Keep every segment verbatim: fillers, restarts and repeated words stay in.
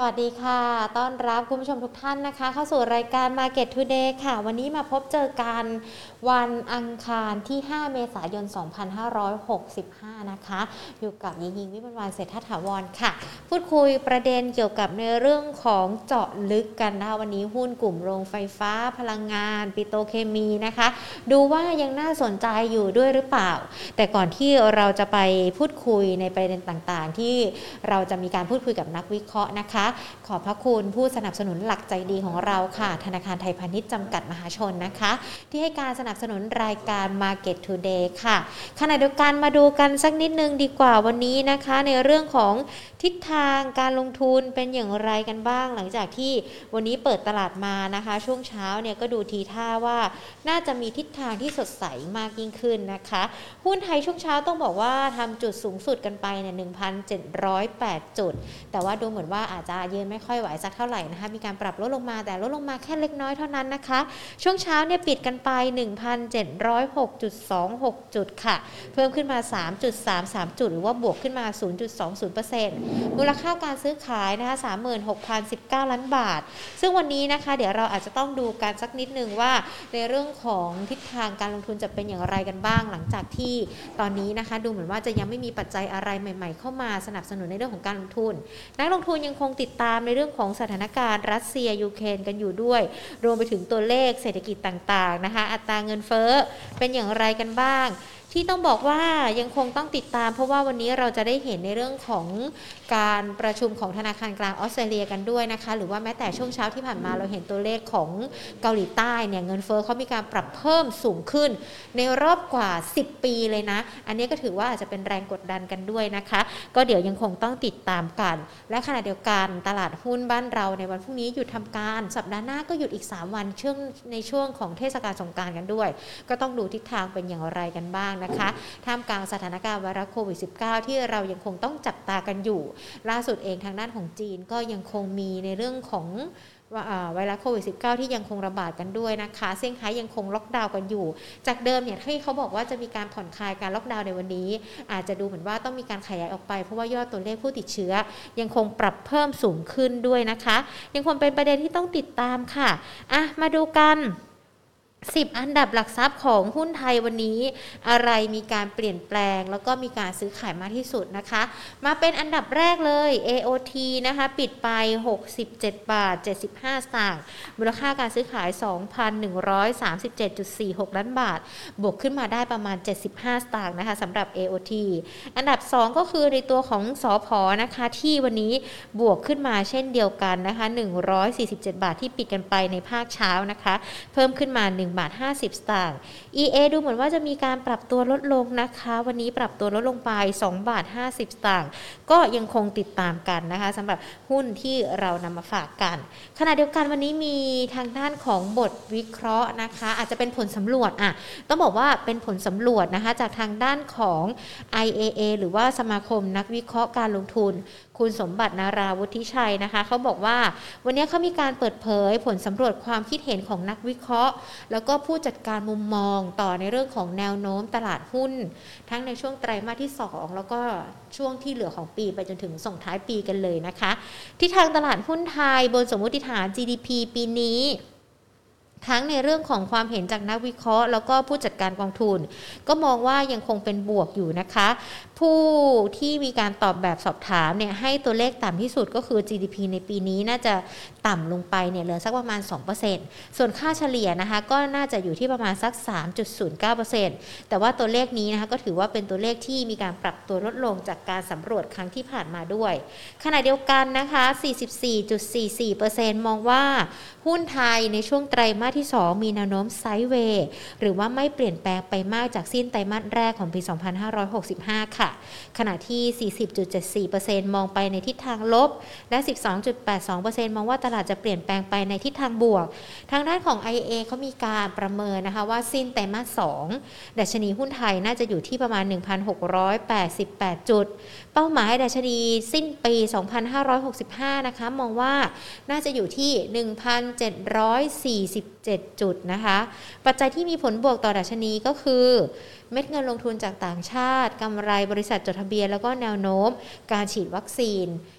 สวัสดีค่ะต้อนรับคุณผู้ชมทุกท่านนะคะเข้าสู่รายการ Market Today ค่ะวันนี้มาพบเจอกันวันอังคารที่ห้าเมษายนสองพันห้าร้อยหกสิบห้านะคะอยู่กับหญิงหญิงวิมลวรรณเศรษฐถาวรค่ะพูดคุยประเด็นเกี่ยวกับในเรื่องของเจาะลึกกันนะคะวันนี้หุ้นกลุ่มโรงไฟฟ้าพลังงานปิโตรเคมีนะคะดูว่ายังน่าสนใจอยู่ด้วยหรือเปล่าแต่ก่อนที่เราจะไปพูดคุยในประเด็นต่างๆที่เราจะมีการพูดคุยกับนักวิเคราะห์นะคะขอบพระคุณผู้สนับสนุนหลักใจดีของเราค่ะธนาคารไทยพาณิชย์จำกัดมหาชนนะคะที่ให้การสนับสนุนรายการ Market Today ค่ะขณะเดียวกันมาดูกันสักนิดนึงดีกว่าวันนี้นะคะในเรื่องของทิศทางการลงทุนเป็นอย่างไรกันบ้างหลังจากที่วันนี้เปิดตลาดมานะคะช่วงเช้าเนี่ยก็ดูทีท่าว่าน่าจะมีทิศทางที่สดใสมากยิ่งขึ้นนะคะหุ้นไทยช่วงเช้าต้องบอกว่าทำจุดสูงสุดกันไปเนี่ย หนึ่งพันเจ็ดร้อยแปด จุดแต่ว่าดูเหมือนว่าอาจจะยืนไม่ค่อยไหวสักเท่าไหร่นะคะมีการปรับลดลงมาแต่ลดลงมาแค่เล็กน้อยเท่านั้นนะคะช่วงเช้าเนี่ยปิดกันไป หนึ่งพันเจ็ดร้อยหกจุดสองหก จุดค่ะเพิ่มขึ้นมา สามจุดสามสาม จุดหรือว่าบวกขึ้นมา ศูนย์จุดสองศูนย์เปอร์เซ็นต์ มูลค่าการซื้อขายนะคะ สามหมื่นหกพันสิบเก้า ล้านบาทซึ่งวันนี้นะคะเดี๋ยวเราอาจจะต้องดูกันสักนิดนึงว่าในเรื่องของทิศทางการลงทุนจะเป็นอย่างไรกันบ้างหลังจากที่ตอนนี้นะคะดูเหมือนว่าจะยังไม่มีปัจจัยอะไรใหม่ๆเข้ามาสนับสนุนในเรื่องของการลงทุนนักลงทุนยังคงติดตามในเรื่องของสถานการณ์รัสเซียยูเครนกันอยู่ด้วยรวมไปถึงตัวเลขเศรษฐกิจต่างๆนะคะอัตราเงินเฟ้อเป็นอย่างไรกันบ้างที่ต้องบอกว่ายังคงต้องติดตามเพราะว่าวันนี้เราจะได้เห็นในเรื่องของการประชุมของธนาคารกลางออสเตรเลียกันด้วยนะคะหรือว่าแม้แต่ช่วงเช้าที่ผ่านมาเราเห็นตัวเลขของเกาหลีใต้เนี่ยเงินเฟ้อเขามีการปรับเพิ่มสูงขึ้นในรอบกว่าสิบปีเลยนะอันนี้ก็ถือว่าอาจจะเป็นแรงกดดันกันด้วยนะคะก็เดี๋ยวยังคงต้องติดตามกันและขณะเดียวกันตลาดหุ้นบ้านเราในวันพรุ่งนี้หยุดทำการสัปดาห์หน้าก็หยุดอีกสามวันช่วงในช่วงของเทศกาลสงกรานต์กันด้วยก็ต้องดูทิศทางเป็นอย่างไรกันบ้างนะคะท่ามกลางสถานการณ์ไวรัสโควิด สิบเก้า ที่เรายังคงต้องจับตากันอยู่ล่าสุดเองทางด้านของจีนก็ยังคงมีในเรื่องของไวรัสโควิด สิบเก้า ที่ยังคงระบาดกันด้วยนะคะเซี่ยงไฮ้ยังคงล็อกดาวน์กันอยู่จากเดิมเนี่ยที่เขาบอกว่าจะมีการผ่อนคลายการล็อกดาวน์ในวันนี้อาจจะดูเหมือนว่าต้องมีการขยายออกไปเพราะว่ายอดตัวเลขผู้ติดเชื้อยังคงปรับเพิ่มสูงขึ้นด้วยนะคะยังคงเป็นประเด็นที่ต้องติดตามค่ะอ่ะมาดูกันสิบอันดับหลักทรัพย์ของหุ้นไทยวันนี้อะไรมีการเปลี่ยนแปลงแล้วก็มีการซื้อขายมากที่สุดนะคะมาเป็นอันดับแรกเลย เอ โอ ที นะคะปิดไปหกสิบเจ็ดบาทเจ็ดสิบห้าสตางค์มูลค่าการซื้อขาย สองพันหนึ่งร้อยสามสิบเจ็ดจุดสี่หก ล้านบาทบวกขึ้นมาได้ประมาณเจ็ดสิบห้าสตางค์นะคะสำหรับ เอ โอ ที อันดับสองก็คือในตัวของสผนะคะที่วันนี้บวกขึ้นมาเช่นเดียวกันนะคะหนึ่งร้อยสี่สิบเจ็ดบาทที่ปิดกันไปในภาคเช้านะคะเพิ่มขึ้นมาหนึ่งบาทห้าสิบสตางค์ อี เอ ดูเหมือนว่าจะมีการปรับตัวลดลงนะคะวันนี้ปรับตัวลดลงไปสองบาทห้าสิบสตางค์ก็ยังคงติดตามกันนะคะสำหรับหุ้นที่เรานำมาฝากกันขณะเดียวกันวันนี้มีทางด้านของบทวิเคราะห์นะคะอาจจะเป็นผลสำรวจอ่ะต้องบอกว่าเป็นผลสำรวจนะคะจากทางด้านของ ไอ เอ เอ หรือว่าสมาคมนักวิเคราะห์การลงทุนคุณสมบัตินาราวุฒิชัยนะคะเขาบอกว่าวันนี้เขามีการเปิดเผยผลสำรวจความคิดเห็นของนักวิเคราะห์แล้วก็ผู้จัดการมุมมองต่อในเรื่องของแนวโน้มตลาดหุ้นทั้งในช่วงไตรมาสที่สองแล้วก็ช่วงที่เหลือของปีไปจนถึงส่งท้ายปีกันเลยนะคะที่ทางตลาดหุ้นไทยบนสมมุติฐาน จี ดี พี ปีนี้ทั้งในเรื่องของความเห็นจากนักวิเคราะห์แล้วก็ผู้จัดการกองทุนก็มองว่ายังคงเป็นบวกอยู่นะคะผู้ที่มีการตอบแบบสอบถามเนี่ยให้ตัวเลขต่ำที่สุดก็คือ จี ดี พี ในปีนี้น่าจะต่ำลงไปเนี่ยเหลือสักประมาณ สองเปอร์เซ็นต์ ส่วนค่าเฉลี่ยนะคะก็น่าจะอยู่ที่ประมาณสัก สามจุดศูนย์เก้าเปอร์เซ็นต์ แต่ว่าตัวเลขนี้นะคะก็ถือว่าเป็นตัวเลขที่มีการปรับตัวลดลงจากการสำรวจครั้งที่ผ่านมาด้วยขณะเดียวกันนะคะ สี่สิบสี่จุดสี่สี่เปอร์เซ็นต์ มองว่าหุ้นไทยในช่วงไตรมาสที่สองมีแนวโน้มไซด์เวย์หรือว่าไม่เปลี่ยนแปลงไปมากจากสิ้นไตรมาสแรกของปีสองพันห้าร้อยหกสิบห้าค่ะขณะที่ สี่สิบจุดเจ็ดสี่เปอร์เซ็นต์ มองไปในทิศทางลบและ สิบสองจุดแปดสองเปอร์เซ็นต์ มองว่าตลาดจะเปลี่ยนแปลงไปในทิศทางบวกทางด้านของ ไอ เอ เขามีการประเมินนะคะว่าสิ้นไตรมาสสองดัชนีหุ้นไทยน่าจะอยู่ที่ประมาณ หนึ่งพันหกร้อยแปดสิบแปด จุดเป้าหมายดัชนีสิ้นปีสองพันห้าร้อยหกสิบห้านะคะมองว่าน่าจะอยู่ที่ หนึ่งพันเจ็ดร้อยสี่สิบเจ็ด จุดนะคะปัจจัยที่มีผลบวกต่อดัชนีก็คือเม็ดเงินลงทุนจากต่างชาติกำไรบริษัทจดทะเบียนแล้วก็แนวโน้มการฉีดวัคซีน ป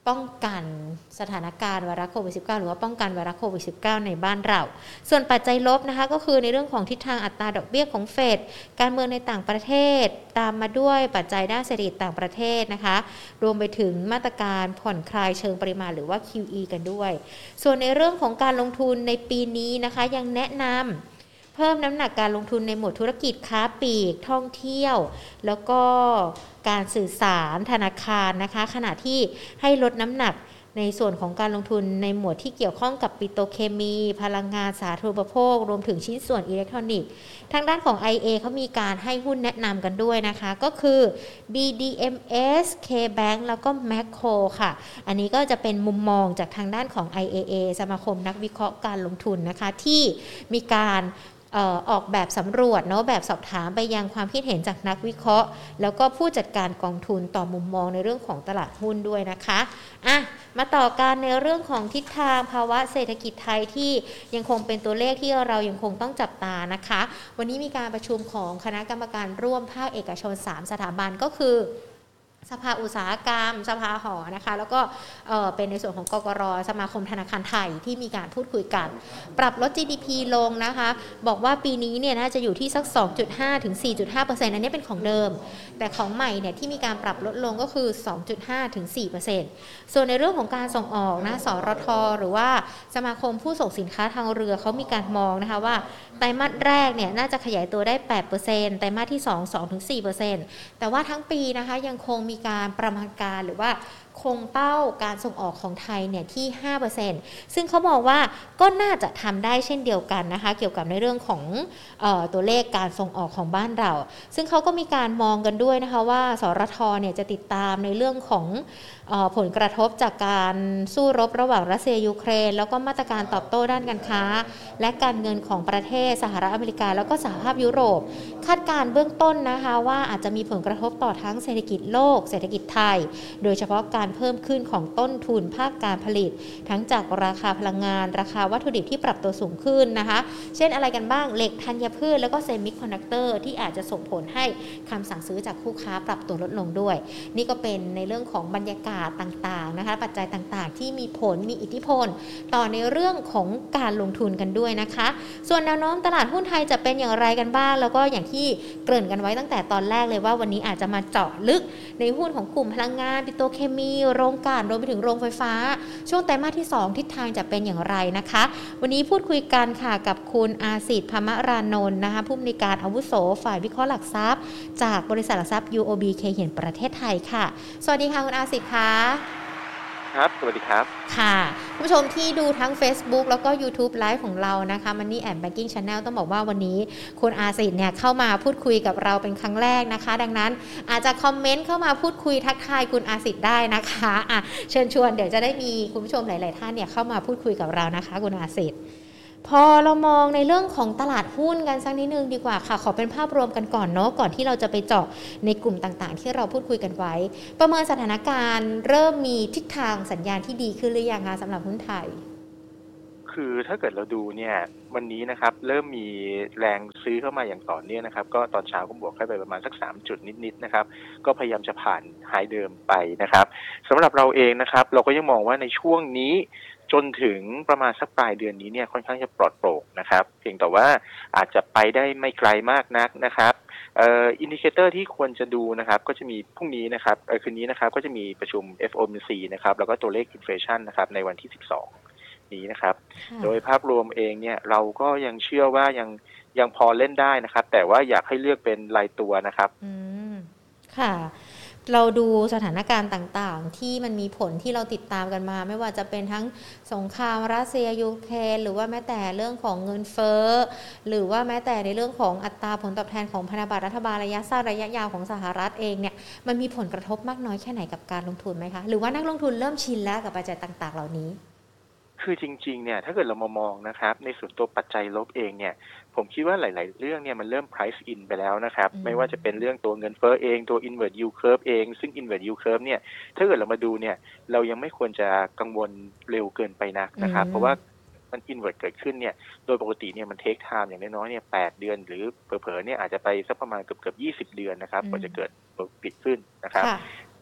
ป้องกันสถานการณ์ไวรัสโควิด สิบเก้า หรือว่าป้องกันไวรัสโควิด สิบเก้า ในบ้านเราส่วนปัจจัยลบนะคะก็คือในเรื่องของทิศทางอัตราดอกเบี้ยของเฟดการเมืองในต่างประเทศตามมาด้วยปัจจัยด้านเศรษฐกิจต่างประเทศนะคะรวมไปถึงมาตรการผ่อนคลายเชิงปริมาณหรือว่า คิว อี กันด้วยส่วนในเรื่องของการลงทุนในปีนี้นะคะยังแนะนำเพิ่มน้ำหนักการลงทุนในหมวดธุรกิจค้าปลีกท่องเที่ยวแล้วก็การสื่อสารธนาคารนะคะขณะที่ให้ลดน้ำหนักในส่วนของการลงทุนในหมวดที่เกี่ยวข้องกับปิโตรเคมีพลังงานสาธารณูปโภครวมถึงชิ้นส่วนอิเล็กทรอนิกส์ทางด้านของ ไอ เอ เขามีการให้หุ้นแนะนำกันด้วยนะคะก็คือ บี ดี เอ็ม เอส K-Bank แล้วก็ Macro ค่ะอันนี้ก็จะเป็นมุมมองจากทางด้านของ ไอ เอ เอ สมาคมนักวิเคราะห์การลงทุนนะคะที่มีการเอ่อออกแบบสำรวจเนาะแบบสอบถามไปยังความคิดเห็นจากนักวิเคราะห์แล้วก็ผู้จัดการกองทุนต่อมุมมองในเรื่องของตลาดหุ้นด้วยนะคะอ่ะมาต่อการในเรื่องของทิศทางภาวะเศรษฐกิจไทยที่ยังคงเป็นตัวเลขที่เรายังคงต้องจับตานะคะวันนี้มีการประชุมของคณะกรรมการร่วมภาคเอกชนสามสถาบันก็คือสภาอุตสาหกรรมสภาหอนะคะแล้วก็เอ่อเป็นในส่วนของกกร.สมาคมธนาคารไทยที่มีการพูดคุยกันปรับลด จี ดี พี ลงนะคะบอกว่าปีนี้เนี่ยน่าจะอยู่ที่สัก สองจุดห้า ถึง สี่จุดห้าเปอร์เซ็นต์ อันนี้เป็นของเดิมแต่ของใหม่เนี่ยที่มีการปรับลดลงก็คือ สองจุดห้า ถึง สี่เปอร์เซ็นต์ ส่วนในเรื่องของการส่งออกนะสรทหรือว่าสมาคมผู้ส่งสินค้าทางเรือเขามีการมองนะคะว่าไตรมาสแรกเนี่ยน่าจะขยายตัวได้ แปดเปอร์เซ็นต์ ไตรมาสที่สอง สองถึงสี่เปอร์เซ็นต์ แต่ว่าทั้งปีนะคะยังคงมีการประมาณการหรือว่าคงเป้าการส่งออกของไทยเนี่ยที่ ห้าเปอร์เซ็นต์ ซึ่งเขามองว่าก็น่าจะทำได้เช่นเดียวกันนะคะเกี่ยวกับในเรื่องของเอ่อตัวเลขการส่งออกของบ้านเราซึ่งเขาก็มีการมองกันด้วยนะคะว่าสรทเนี่ยจะติดตามในเรื่องของเอ่อผลกระทบจากการสู้รบระหว่างรัสเซียยูเครนแล้วก็มาตรการตอบโต้ด้านการค้าและการเงินของประเทศสหรัฐอเมริกาแล้วก็สหภาพยุโรปคาดการณ์เบื้องต้นนะคะว่าอาจจะมีผลกระทบต่อทั้งเศรษฐกิจโลกเศรษฐกิจไทยโดยเฉพาะการเพิ่มขึ้นของต้นทุนภาคการผลิตทั้งจากราคาพลังงานราคาวัตถุดิบที่ปรับตัวสูงขึ้นนะคะเช่นอะไรกันบ้างเหล็กธัญพืชแล้วก็เซมิคอนดักเตอร์ที่อาจจะส่งผลให้คำสั่งซื้อจากคู่ค้าปรับตัวลดลงด้วยนี่ก็เป็นในเรื่องของบรรยากาศต่างๆนะคะปัจจัยต่างๆที่มีผลมีอิทธิพลต่อในเรื่องของการลงทุนกันด้วยนะคะส่วนแนวโน้มตลาดหุ้นไทยจะเป็นอย่างไรกันบ้างแล้วก็อย่างที่เกริ่นกันไว้ตั้งแต่ตอนแรกเลยว่าวันนี้อาจจะมาเจาะลึกในหุ้นของกลุ่มพลังงานปิโตรเคมีโรงกลั่นรวมไปถึงโรงไฟฟ้าช่วงไตรมาสที่สองทิศทางจะเป็นอย่างไรนะคะวันนี้พูดคุยกันค่ะกับคุณอาสิทธิ์ ภมรานนท์นะคะผู้อำนวยการอาวุโสฝ่ายวิเคราะห์หลักทรัพย์จากบริษัทหลักทรัพย์ ยู โอ บี เค เห็นประเทศไทยค่ะสวัสดีค่ะคุณอาสิทธิ์ค่ะครับสวัสดีครับค่ะผู้ชมที่ดูทั้ง Facebook แล้วก็ YouTube Live ของเรานะคะ Money and Banking Channel ต้องบอกว่าวันนี้คุณอาสิทธิ์เนี่ยเข้ามาพูดคุยกับเราเป็นครั้งแรกนะคะดังนั้นอาจจะคอมเมนต์เข้ามาพูดคุยทักทายคุณอาสิทธิ์ได้นะคะอ่ะเชิญชวนเดี๋ยวจะได้มีคุณผู้ชมหลายๆท่านเนี่ยเข้ามาพูดคุยกับเรานะคะคุณอาสิทธิ์พอเรามองในเรื่องของตลาดหุ้นกันสักนิดนึงดีกว่าค่ะขอเป็นภาพรวมกันก่อนเนาะก่อนที่เราจะไปเจาะในกลุ่มต่างๆที่เราพูดคุยกันไว้ประเมินสถานการณ์เริ่มมีทิศทางสัญญาณที่ดีขึ้นหรือยังคะสำหรับหุ้นไทยคือถ้าเกิดเราดูเนี่ยวันนี้นะครับเริ่มมีแรงซื้อเข้ามาอย่างต่อเนื่องนะครับก็ตอนเช้าก็บวกขึ้นไปประมาณสักสามจุดนิดๆนะครับก็พยายามจะผ่านไฮเดิมไปนะครับสำหรับเราเองนะครับเราก็ยังมองว่าในช่วงนี้จนถึงประมาณสักปลายเดือนนี้เนี่ยค่อนข้างจะปลอดโปร่งนะครับเพียงแต่ว่าอาจจะไปได้ไม่ไกลมากนักนะครับเอ่ออินดิเคเตอร์ที่ควรจะดูนะครับก็จะมีพรุ่งนี้นะครับเอ่อคืนนี้นะครับก็จะมีประชุม เอฟ โอ เอ็ม ซี นะครับแล้วก็ตัวเลขอินเฟลชันนะครับในวันที่สิบสองนี้นะครับโดยภาพรวมเองเนี่ยเราก็ยังเชื่อว่ายังยังพอเล่นได้นะครับแต่ว่าอยากให้เลือกเป็นรายตัวนะครับอืมค่ะเราดูสถานการณ์ต่างๆที่มันมีผลที่เราติดตามกันมาไม่ว่าจะเป็นทั้งสงครามรัสเซียยูเครนหรือว่าแม้แต่เรื่องของเงินเฟ้อหรือว่าแม้แต่ในเรื่องของอัตราผลตอบแทนของพันธบัตรรัฐบาลระยะสั้นระยะยาวของสหรัฐเองเนี่ยมันมีผลกระทบมากน้อยแค่ไหนกับการลงทุนไหมคะหรือว่านักลงทุนเริ่มชินแล้วกับปัจจัยต่างๆเหล่านี้คือจริงๆเนี่ยถ้าเกิดเรามามองนะครับในส่วนตัวปัจจัยลบเองเนี่ยผมคิดว่าหลายๆเรื่องเนี่ยมันเริ่ม price in ไปแล้วนะครับไม่ว่าจะเป็นเรื่องตัวเงินเฟ้อเองตัว inverted yield curve เองซึ่ง inverted yield curve เนี่ยถ้าเกิดเรามาดูเนี่ยเรายังไม่ควรจะกังวลเร็วเกินไปนักนะครับเพราะว่ามัน invert เกิดขึ้นเนี่ยโดยปกติเนี่ยมัน take time อย่างน้อยๆเนี่ยแปดเดือนหรือเผลอๆเนี่ยอาจจะไปสักประมาณเกือบๆยี่สิบเดือนนะครับกว่าจะเกิดปิดขึ้นนะครับ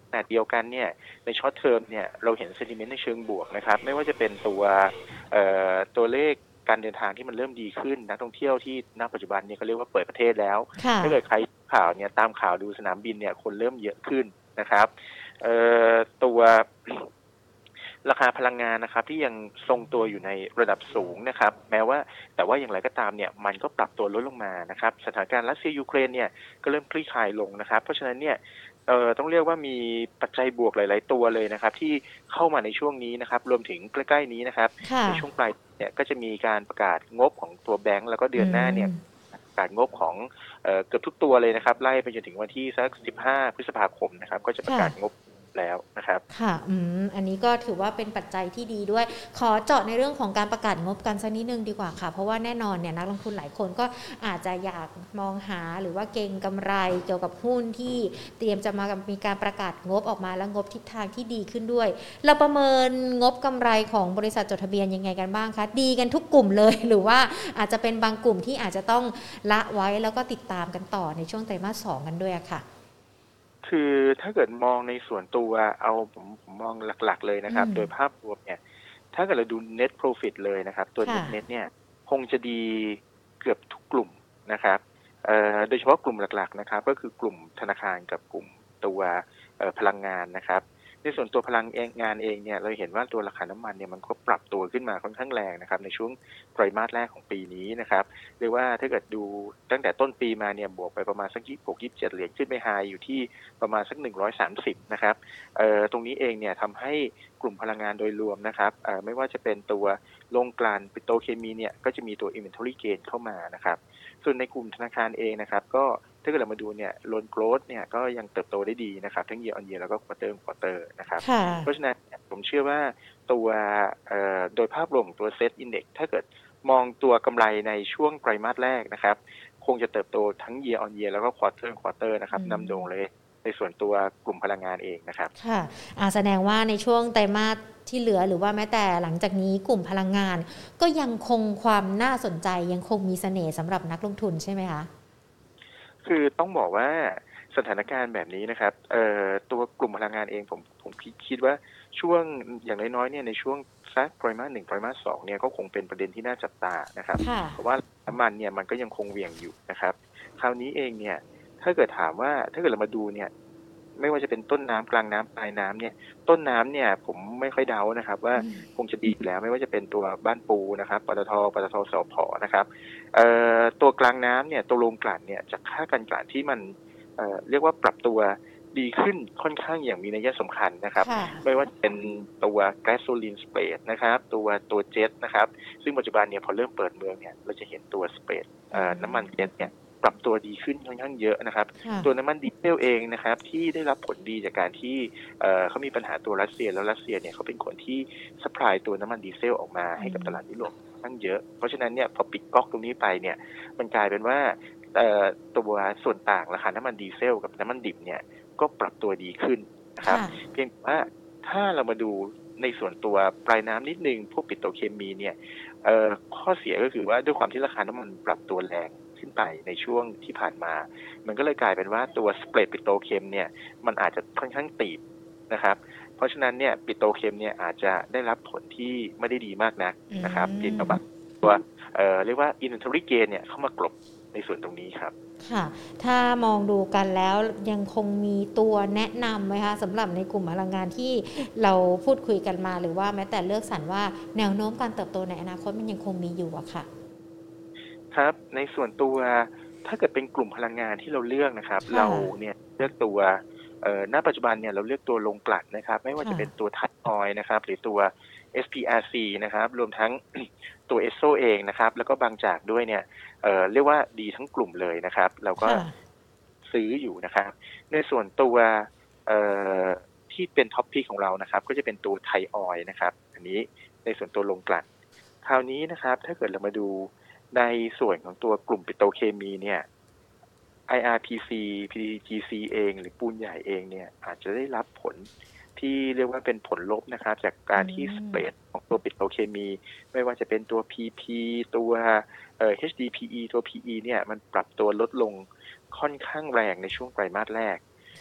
ขณะเดียวกันเนี่ยในช็อตเทอมเนี่ยเราเห็นเซนติเมนต์ในเชิงบวกนะครับไม่ว่าจะเป็นตัวเอ่อตัวเลขการเดินทางที่มันเริ่มดีขึ้นนักท่องเที่ยวที่ณปัจจุบันเนี่ยเขาเรียกว่าเปิดประเทศแล้วถ้าเกิดใครข่าวเนี่ยตามข่าวดูสนามบินเนี่ยคนเริ่มเยอะขึ้นนะครับเอ่อตัวราคาพลังงานนะครับที่ยังทรงตัวอยู่ในระดับสูงนะครับแม้ว่าแต่ว่าอย่างไรก็ตามเนี่ยมันก็ปรับตัวลดลงมานะครับสถานการณ์รัสเซียยูเครนเนี่ยก็เริ่มคลี่คลายลงนะครับเพราะฉะนั้นเนี่ยเอ่อต้องเรียกว่ามีปัจจัยบวกหลายๆตัวเลยนะครับที่เข้ามาในช่วงนี้นะครับรวมถึงใกล้ๆนี้นะครับในช่วงปลายเนี่ยก็จะมีการประกาศงบของตัวแบงก์แล้วก็เดือนหน้าเนี่ยประกาศงบของเอ่อเกือบทุกตัวเลยนะครับไล่ไปจนถึงวันที่สักสิบห้าพฤษภาคมนะครับก็จะประกาศงบแล้วนะครับค่ะอืมอันนี้ก็ถือว่าเป็นปัจจัยที่ดีด้วยขอเจาะในเรื่องของการประกาศงบกันสักนิดนึงดีกว่าค่ะเพราะว่าแน่นอนเนี่ยนักลงทุนหลายคนก็อาจจะอยากมองหาหรือว่าเก็งกำไรเกี่ยวกับหุ้นที่เตรียมจะมามีการประกาศงบออกมาแล้วงบทิศทางที่ดีขึ้นด้วยเราประเมินงบกำไรของบริษัทจดทะเบียนยังไงกันบ้างคะดีกันทุกกลุ่มเลยหรือว่าอาจจะเป็นบางกลุ่มที่อาจจะต้องละไว้แล้วก็ติดตามกันต่อในช่วงไตรมาสสองกันด้วยค่ะคือถ้าเกิดมองในส่วนตัวเอาผมผมมองหลักๆเลยนะครับโดยภาพรวมเนี่ยถ้าเกิดเราดู net profit เลยนะครับตัว net net เนี่ยคงจะดีเกือบทุกกลุ่มนะครับเอ่อโดยเฉพาะกลุ่มหลักๆนะครับก็คือกลุ่มธนาคารกับกลุ่มตัวเอ่อพลังงานนะครับในส่วนตัวพลังงานเองเนี่ยเราเห็นว่าตัวราคาน้ำมันเนี่ยมันก็ปรับตัวขึ้นมาค่อนข้างแรงนะครับในช่วงไตรมาสแรกของปีนี้นะครับเรียกว่าถ้าเกิดดูตั้งแต่ต้นปีมาเนี่ยบวกไปประมาณสักยี่สิบหก ยี่สิบเจ็ดเหรียญขึ้นไปไฮอยู่ที่ประมาณสักหนึ่งร้อยสามสิบนะครับเอ่อตรงนี้เองเนี่ยทำให้กลุ่มพลังงานโดยรวมนะครับเอ่อไม่ว่าจะเป็นตัวโรงกลั่นปิโตรเคมีเนี่ยก็จะมีตัว inventory gain เข้ามานะครับส่วนในกลุ่มธนาคารเองนะครับก็ถ้าเกิดเรามาดูเนี่ย loan growth เนี่ยก็ยังเติบโตได้ดีนะครับทั้ง year on year แล้วก็ quarter on quarter นะครับเพราะฉะนั้นผมเชื่อว่าตัวโดยภาพรวมของตัว Set Index ถ้าเกิดมองตัวกำไรในช่วงไตรมาสแรกนะครับคงจะเติบโตทั้ง year on year แล้วก็ quarter on quarter นะครับนำโด่งเลยในส่วนตัวกลุ่มพลังงานเองนะครับค่ะแสดงว่าในช่วงไตรมาสที่เหลือหรือว่าแม้แต่หลังจากนี้กลุ่มพลังงานก็ยังคงความน่าสนใจยังคงมีเสน่ห์สำหรับนักลงทุนใช่ไหมคะคือต้องบอกว่าสถานการณ์แบบนี้นะครับเอ่อตัวกลุ่มพลังงานเองผมผมคิดว่าช่วงอย่างน้อยๆเนี่ยในช่วงสักไตรมาสหนึ่งไตรมาสสองเนี่ยก็คงเป็นประเด็นที่น่าจับตานะครับเพราะว่าน้ำมันเนี่ยมันก็ยังคงเหวี่ยงอยู่นะครับคราวนี้เองเนี่ยถ้าเกิดถามว่าถ้าเกิดเรามาดูเนี่ยไม่ว่าจะเป็นต้นน้ำกลางน้ำปลายน้ำเนี่ยต้นน้ำเนี่ยผมไม่ค่อยเดานะครับว่าคงจะดีอยู่แล้วไม่ว่าจะเป็นตัวบ้านปูนะครับปตทปตทสผนะครับเอ่อตัวกลางน้ำเนี่ยตัวโรงกลั่นเนี่ยจากค่าการกลั่นที่มันเอ่อเรียกว่าปรับตัวดีขึ้นค่อนข้างอย่างมีนัยสำคัญนะครับไม่ว่าเป็นตัวแก๊สโซลีนสเปรดนะครับตัวตัวเจ็ตนะครับซึ่งปัจจุบันเนี่ยพอเริ่มเปิดเมืองเนี่ยเราจะเห็นตัวสเปรดน้ำมันเจ็ตเนี่ยปรับตัวดีขึ้นค่อนข้างเยอะนะครับตัวน้ำมันดีเซลเองนะครับที่ได้รับผลดีจากการที่เขามีปัญหาตัวรัสเซียแล้วรัสเซียเนี่ยเขาเป็นคนที่ซัพพลายตัวน้ำมันดีเซลออกมาให้กับตลาดยุโรปค่อนข้างเยอะเพราะฉะนั้นเนี่ยพอปิดก๊อกตรงนี้ไปเนี่ยมันกลายเป็นว่าตัวส่วนต่างราคาน้ำมันดีเซลกับน้ำมันดิบเนี่ยก็ปรับตัวดีขึ้นนะครับเพียงว่าถ้าเรามาดูในส่วนตัวปลายน้ำนิดนึงพวกปิโตรเคมีเนี่ยข้อเสียก็คือว่าด้วยความที่ราคาน้ำมันปรับตัวแรงขึ้นไปในช่วงที่ผ่านมามันก็เลยกลายเป็นว่าตัวสเปรดปิโตรเคมเนี่ยมันอาจจะค่อนข้างตีบนะครับเพราะฉะนั้นเนี่ยปิโตรเคมเนี่ยอาจจะได้รับผลที่ไม่ได้ดีมากนักนะครับเพียงแต่ว่าตัวเอ่อเรียกว่า inventory gain เนี่ยเข้ามากลบในส่วนตรงนี้ครับค่ะถ้ามองดูกันแล้วยังคงมีตัวแนะนำไหมคะสำหรับในกลุ่มพลังงานที่เราพูดคุยกันมาหรือว่าแม้แต่เลือกสรรว่าแนวโน้มการเติบโตในอนาคตมันยังคงมีอยู่อะค่ะครับในส่วนตัวถ้าเกิดเป็นกลุ่มพลังงานที่เราเลือกนะครับเราเนี่ยเลือกตัวเอ่อณปัจจุบันเนี่ยเราเลือกตัวโรงกลั่นนะครับไม่ว่าจะเป็นตัวไทยออยล์นะครับหรือตัว เอส พี อาร์ ซี นะครับรวมทั้งตัว เอส โอ เองนะครับแล้วก็บางจากด้วยเนี่ยเอ่อเรียกว่าดีทั้งกลุ่มเลยนะครับเราก็ซื้ออยู่นะครับในส่วนตัวเอ่อที่เป็นท็อปพิกของเรานะครับก็จะเป็นตัวไทยออยล์นะครับอันนี้ในส่วนตัวโรงกลั่นคราวนี้นะครับถ้าเกิดเรามาดูในส่วนของตัวกลุ่มปิโตรเคมีเนี่ย ไอ อาร์ พี ซี พี ที จี ซี เองหรือปูนใหญ่เองเนี่ยอาจจะได้รับผลที่เรียกว่าเป็นผลลบนะครับจากการที่สเปรดของตัวปิโตรเคมีไม่ว่าจะเป็นตัว พี พี ตัวเอ่อ เอช ดี พี อี ตัว พี อี เนี่ยมันปรับตัวลดลงค่อนข้างแรงในช่วงไตรมาสแรก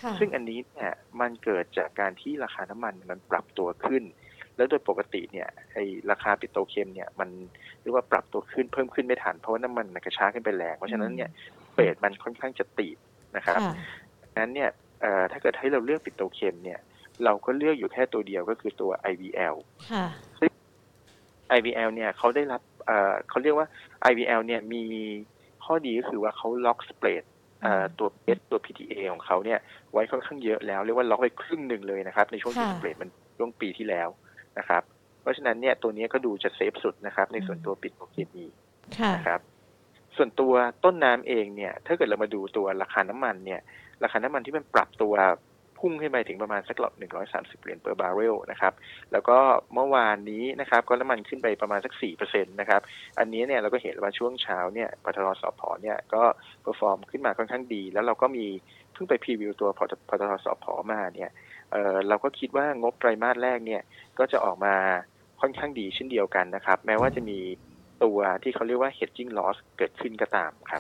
ซึ่งอันนี้เนี่ยมันเกิดจากการที่ราคาน้ำมันมันปรับตัวขึ้นแล้วโดยปกติเนี่ยไอ้ราคาปิโตรเคมเนี่ยมันเรียกว่าปรับตัวขึ้นเพิ่มขึ้นไม่ทันเพราะว่าน้ำมันกระชากขึ้นไปแรงเพราะฉะนั้นเนี่ยเปรดมันค่อนข้างจะตีบนะครับดังนั้นเนี่ยถ้าเกิดให้เราเลือกปิโตรเคมเนี่ยเราก็เลือกอยู่แค่ตัวเดียวก็คือตัว ไอ วี แอล ซึ่ง ไอ วี แอล เนี่ยเขาได้รับเขาเรียกว่า ไอ วี แอล เนี่ยมีข้อดีก็คือว่าเขาล็อกสเปรดตัว S ตัว พี ที เอ ของเขาเนี่ยไว้ค่อนข้างเยอะแล้วเรียกว่าล็อกไปครึ่งหนึ่งเลยนะครับในช่วงที่สเปรดมันช่วงปีที่แล้วนะครับเพราะฉะนั้นเนี่ยตัวนี้ก็ดูจะเซฟสุดนะครับในส่วนตัวปิโตรเคมีนะครับส่วนตัวต้นน้ำเองเนี่ยถ้าเกิดเรามาดูตัวราคาน้ำมันเนี่ยราคาน้ำมันที่มันปรับตัวพุ่งขึ้นไปถึงประมาณสักหนึ่งร้อยสามสิบเหรียญ per barrel นะครับแล้วก็เมื่อวานนี้นะครับก็น้ำมันขึ้นไปประมาณสัก สี่เปอร์เซ็นต์ นะครับอันนี้เนี่ยเราก็เห็นว่าช่วงเช้าเนี่ยปตท.สผ.เนี่ยก็เปอร์ฟอร์มขึ้นมาค่อนข้างดีแล้วเราก็มีเพิ่งไปพรีวิวตัวปตท.สผ.มาเนี่ยเอ่อเราก็คิดว่างบไตรมาสแรกเนี่ยก็จะออกมาค่อนข้างดีเช่นเดียวกันนะครับแม้ว่าจะมีตัวที่เขาเรียกว่า hedging loss เกิดขึ้นก็ตามครับ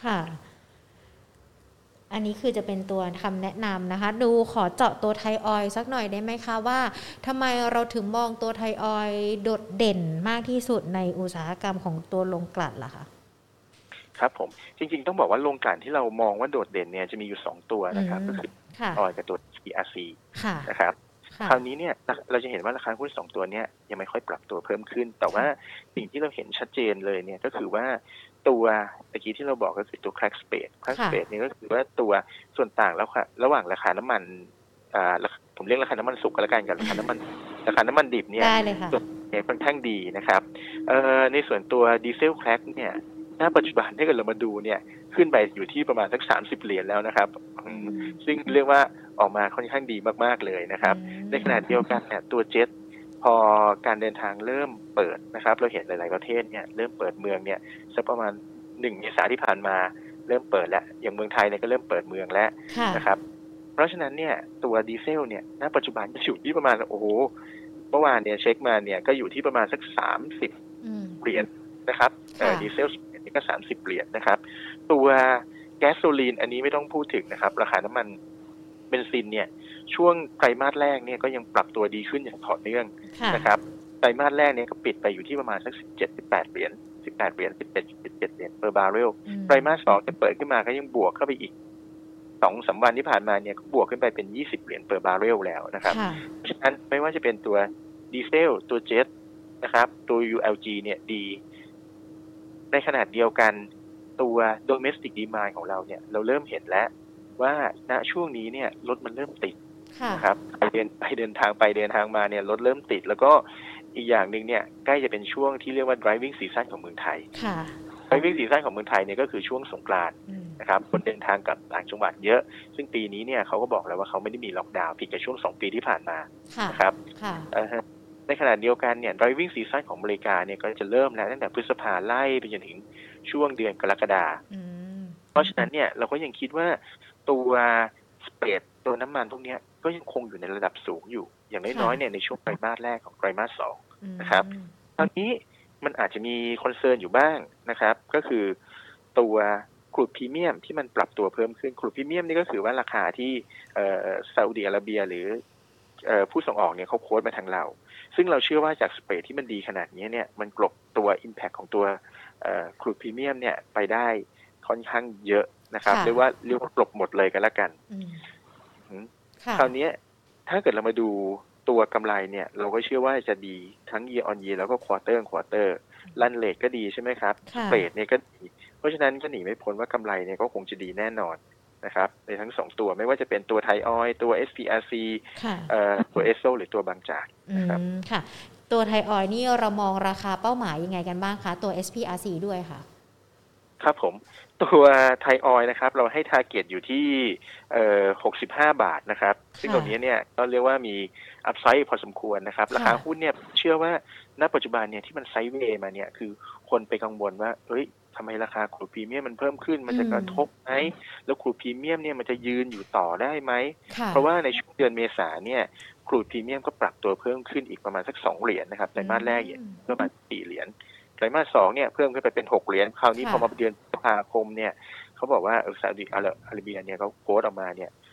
อันนี้คือจะเป็นตัวคำแนะนำนะคะดูขอเจาะตัวไทยออยล์สักหน่อยได้ไหมคะว่าทำไมเราถึงมองตัวไทยออยล์โดดเด่นมากที่สุดในอุตสาหกรรมของตัวโรงกลั่นล่ะคะครับผมจริงๆต้องบอกว่าโรงกลั่นที่เรามองว่าโดดเด่นเนี่ยจะมีอยู่สองตัวนะครับก็คือออยล์กับตัว พี อาร์ ซี นะครับคราวนี้เนี่ยเราจะเห็นว่าราคาหุ้นสองตัวเนี้ยยังไม่ค่อยปรับตัวเพิ่มขึ้นแต่ว่าสิ่งที่เราเห็นชัดเจนเลยเนี่ยก็คือว่าตัวเมื่อกี้ที่เราบอกก็คือตัว crack spread crack spread นี่ก็คือว่าตัวส่วนต่างแล้วค่ะระหว่างราคาน้ำมันอ่าผมเรียกราคาน้ำมันสุกก็แล้วกันกับราคาน้ำมันราคาน้ำมันดิบเนี่ยส่วนเนี่ยค่อนข้างดีนะครับเอ่อในส่วนตัวดีเซล crack เนี่ยณปัจจุบันถ้าเกิดเรามาดูเนี่ยขึ้นไปอยู่ที่ประมาณสักสามสิบเหรียญแล้วนะครับซึ่งเรียกว่าออกมาค่อนข้างดีมากๆเลยนะครับในขณะเดียวกันเนี่ยตัวเจ็ตพอการเดินทางเริ่มเปิดนะครับเราเห็นหลายๆประเทศเนี่ยเริ่มเปิดเมืองเนี่ยสักประมาณหนึ่งเมษายนที่ผ่านมาเริ่มเปิดแล้วอย่างเมืองไทยเนี่ยก็เริ่มเปิดเมืองแล้วนะครับเพราะฉะนั้นเนี่ยตัวดีเซลเนี่ยณปัจจุบันอยู่ที่ประมาณโอ้โหเมื่อวานเนี่ยเช็คมาเนี่ยก็อยู่ที่ประมาณสักสามสิบเหรียญนะครับเอ่อดีเซลนี่ก็สามสิบเหรียญนะครับตัวแก๊สโซลีนอันนี้ไม่ต้องพูดถึงนะครับราคาน้ำมันเบนซินเนี่ยช่วงไตรมาสแรกเนี่ยก็ยังปรับตัวดีขึ้นอย่างต่อเนื่องนะครับไตรมาสแรกเนี่ยก็ปิดไปอยู่ที่ประมาณสักสิบเจ็ด สิบแปดเหรียญสิบแปดเหรียญสิบเจ็ด สิบเจ็ดเหรียญ per barrel ไตรมาสสองจะเปิดขึ้นมาก็ยังบวกเข้าไปอีก สองถึงสาม วันที่ผ่านมาเนี่ยก็บวกขึ้นไปเป็นยี่สิบเหรียญ per barrel แล้วนะครับเพราะฉะนั้นไม่ว่าจะเป็นตัวดีเซลตัวเจ็ตนะครับตัว ยู แอล จี เนี่ยดีในขณะเดียวกันตัว domestic demand ของเราเนี่ยเราเริ่มเห็นแล้วว่าณช่วงนี้เนี่ยรถมันเริ่มติดนะครับไปเดินไปเดินทางไปเดินทางมาเนี่ยรถเริ่มติดแล้วก็อีกอย่างนึงเนี่ยใกล้จะเป็นช่วงที่เรียกว่า driving season ของเมืองไทย driving season ของเมืองไทยเนี่ยก็คือช่วงสงกรานต์นะครับคนเดินทางกับต่างจังหวัดเยอะซึ่งปีนี้เนี่ยเขาก็บอกแล้วว่าเขาไม่ได้มีล็อกดาวน์ผิดกับช่วงสองปีที่ผ่านมานะครับในขณะเดียวกันเนี่ย driving season ของอเมริกาเนี่ยก็จะเริ่มแล้วตั้งแต่พฤษภาไล่ไปจนถึงช่วงเดือนกรกฎาคมเพราะฉะนั้นเนี่ยเราก็ยังคิดว่าตัวสเปรดตัวน้ำมันพวกนี้ก็ยังคงอยู่ในระดับสูงอยู่อย่างน้อยๆเนี่ยในช่วงไตรมาสแรกของไตรมาสสองนะครับตอนนี้มันอาจจะมีคอนเซิร์นอยู่บ้างนะครับก็คือตัวครูดพรีเมียมที่มันปรับตัวเพิ่มขึ้นครูดพรีเมียมนี่ก็คือว่าราคาที่เอ่อซาอุดิอาระเบียหรือเอ่อผู้ส่งออกเนี่ยเขาโค้ดมาทางเราซึ่งเราเชื่อว่าจากสเปรดที่มันดีขนาดนี้เนี่ยมันกลบตัว impact ของตัวเอ่อครูดพรีเมียมเนี่ยไปได้ค่อนข้างเยอะนะครับเรียกว่าเรียกว่ากลบหมดเลยกันละกันคราวนี้ถ้าเกิดเรามาดูตัวกำไรเนี่ยเราก็เชื่อว่าจะดีทั้ง year on year แล้วก็ quarter on quarter รันเรทก็ดีใช่ไหมครับสเปรดเนี่ยก็ดีเพราะฉะนั้นก็หนีไม่พ้นว่ากำไรเนี่ยก็คงจะดีแน่นอนนะครับในทั้งสองตัวไม่ว่าจะเป็นตัวไทยออยล์ตัว เอส พี อาร์ ซี เอ่อตัวเอสโซหรือตัวบางจากนะครับค่ะตัวไทยออยล์นี่เรามองราคาเป้าหมายยังไงกันบ้างคะตัว เอส พี อาร์ ซี ด้วยค่ะครับผมตัวไทยออยล์นะครับเราให้ target อยู่ที่เอ่อหกสิบห้าบาทนะครับซึ่งตรงนี้เนี่ยก็เรียกว่ามีอัพไซด์พอสมควรนะครับราคาหุ้นเนี่ยเชื่อว่าณปัจจุบันเนี่ยที่มันไซด์เวย์มาเนี่ยคือคนไปกังวลว่าเอ้ยทำไมราคาครูดพรีเมียมมันเพิ่มขึ้นมันจะกระทบไหมแล้วครูดพรีเมียมเนี่ยมันจะยืนอยู่ต่อได้ไหมเพราะว่าในช่วงเดือนเมษาเนี่ยครูดพรีเมียมก็ปรับตัวเพิ่มขึ้นอีกประมาณสักสองเหรียญนะครับในมาสแรกเนี่ยประมาณสี่เหรียญไตรมาสสองเนี่ยเพิ่มขึ้นไปเป็นหกเหรียญคราวนี้พอมาเดือนพฤษภาคมเนี่ยเขาบอกว่าซาอุดิอาระเบียเนี่ยเขาโค้ดออกมาเนี่ยเป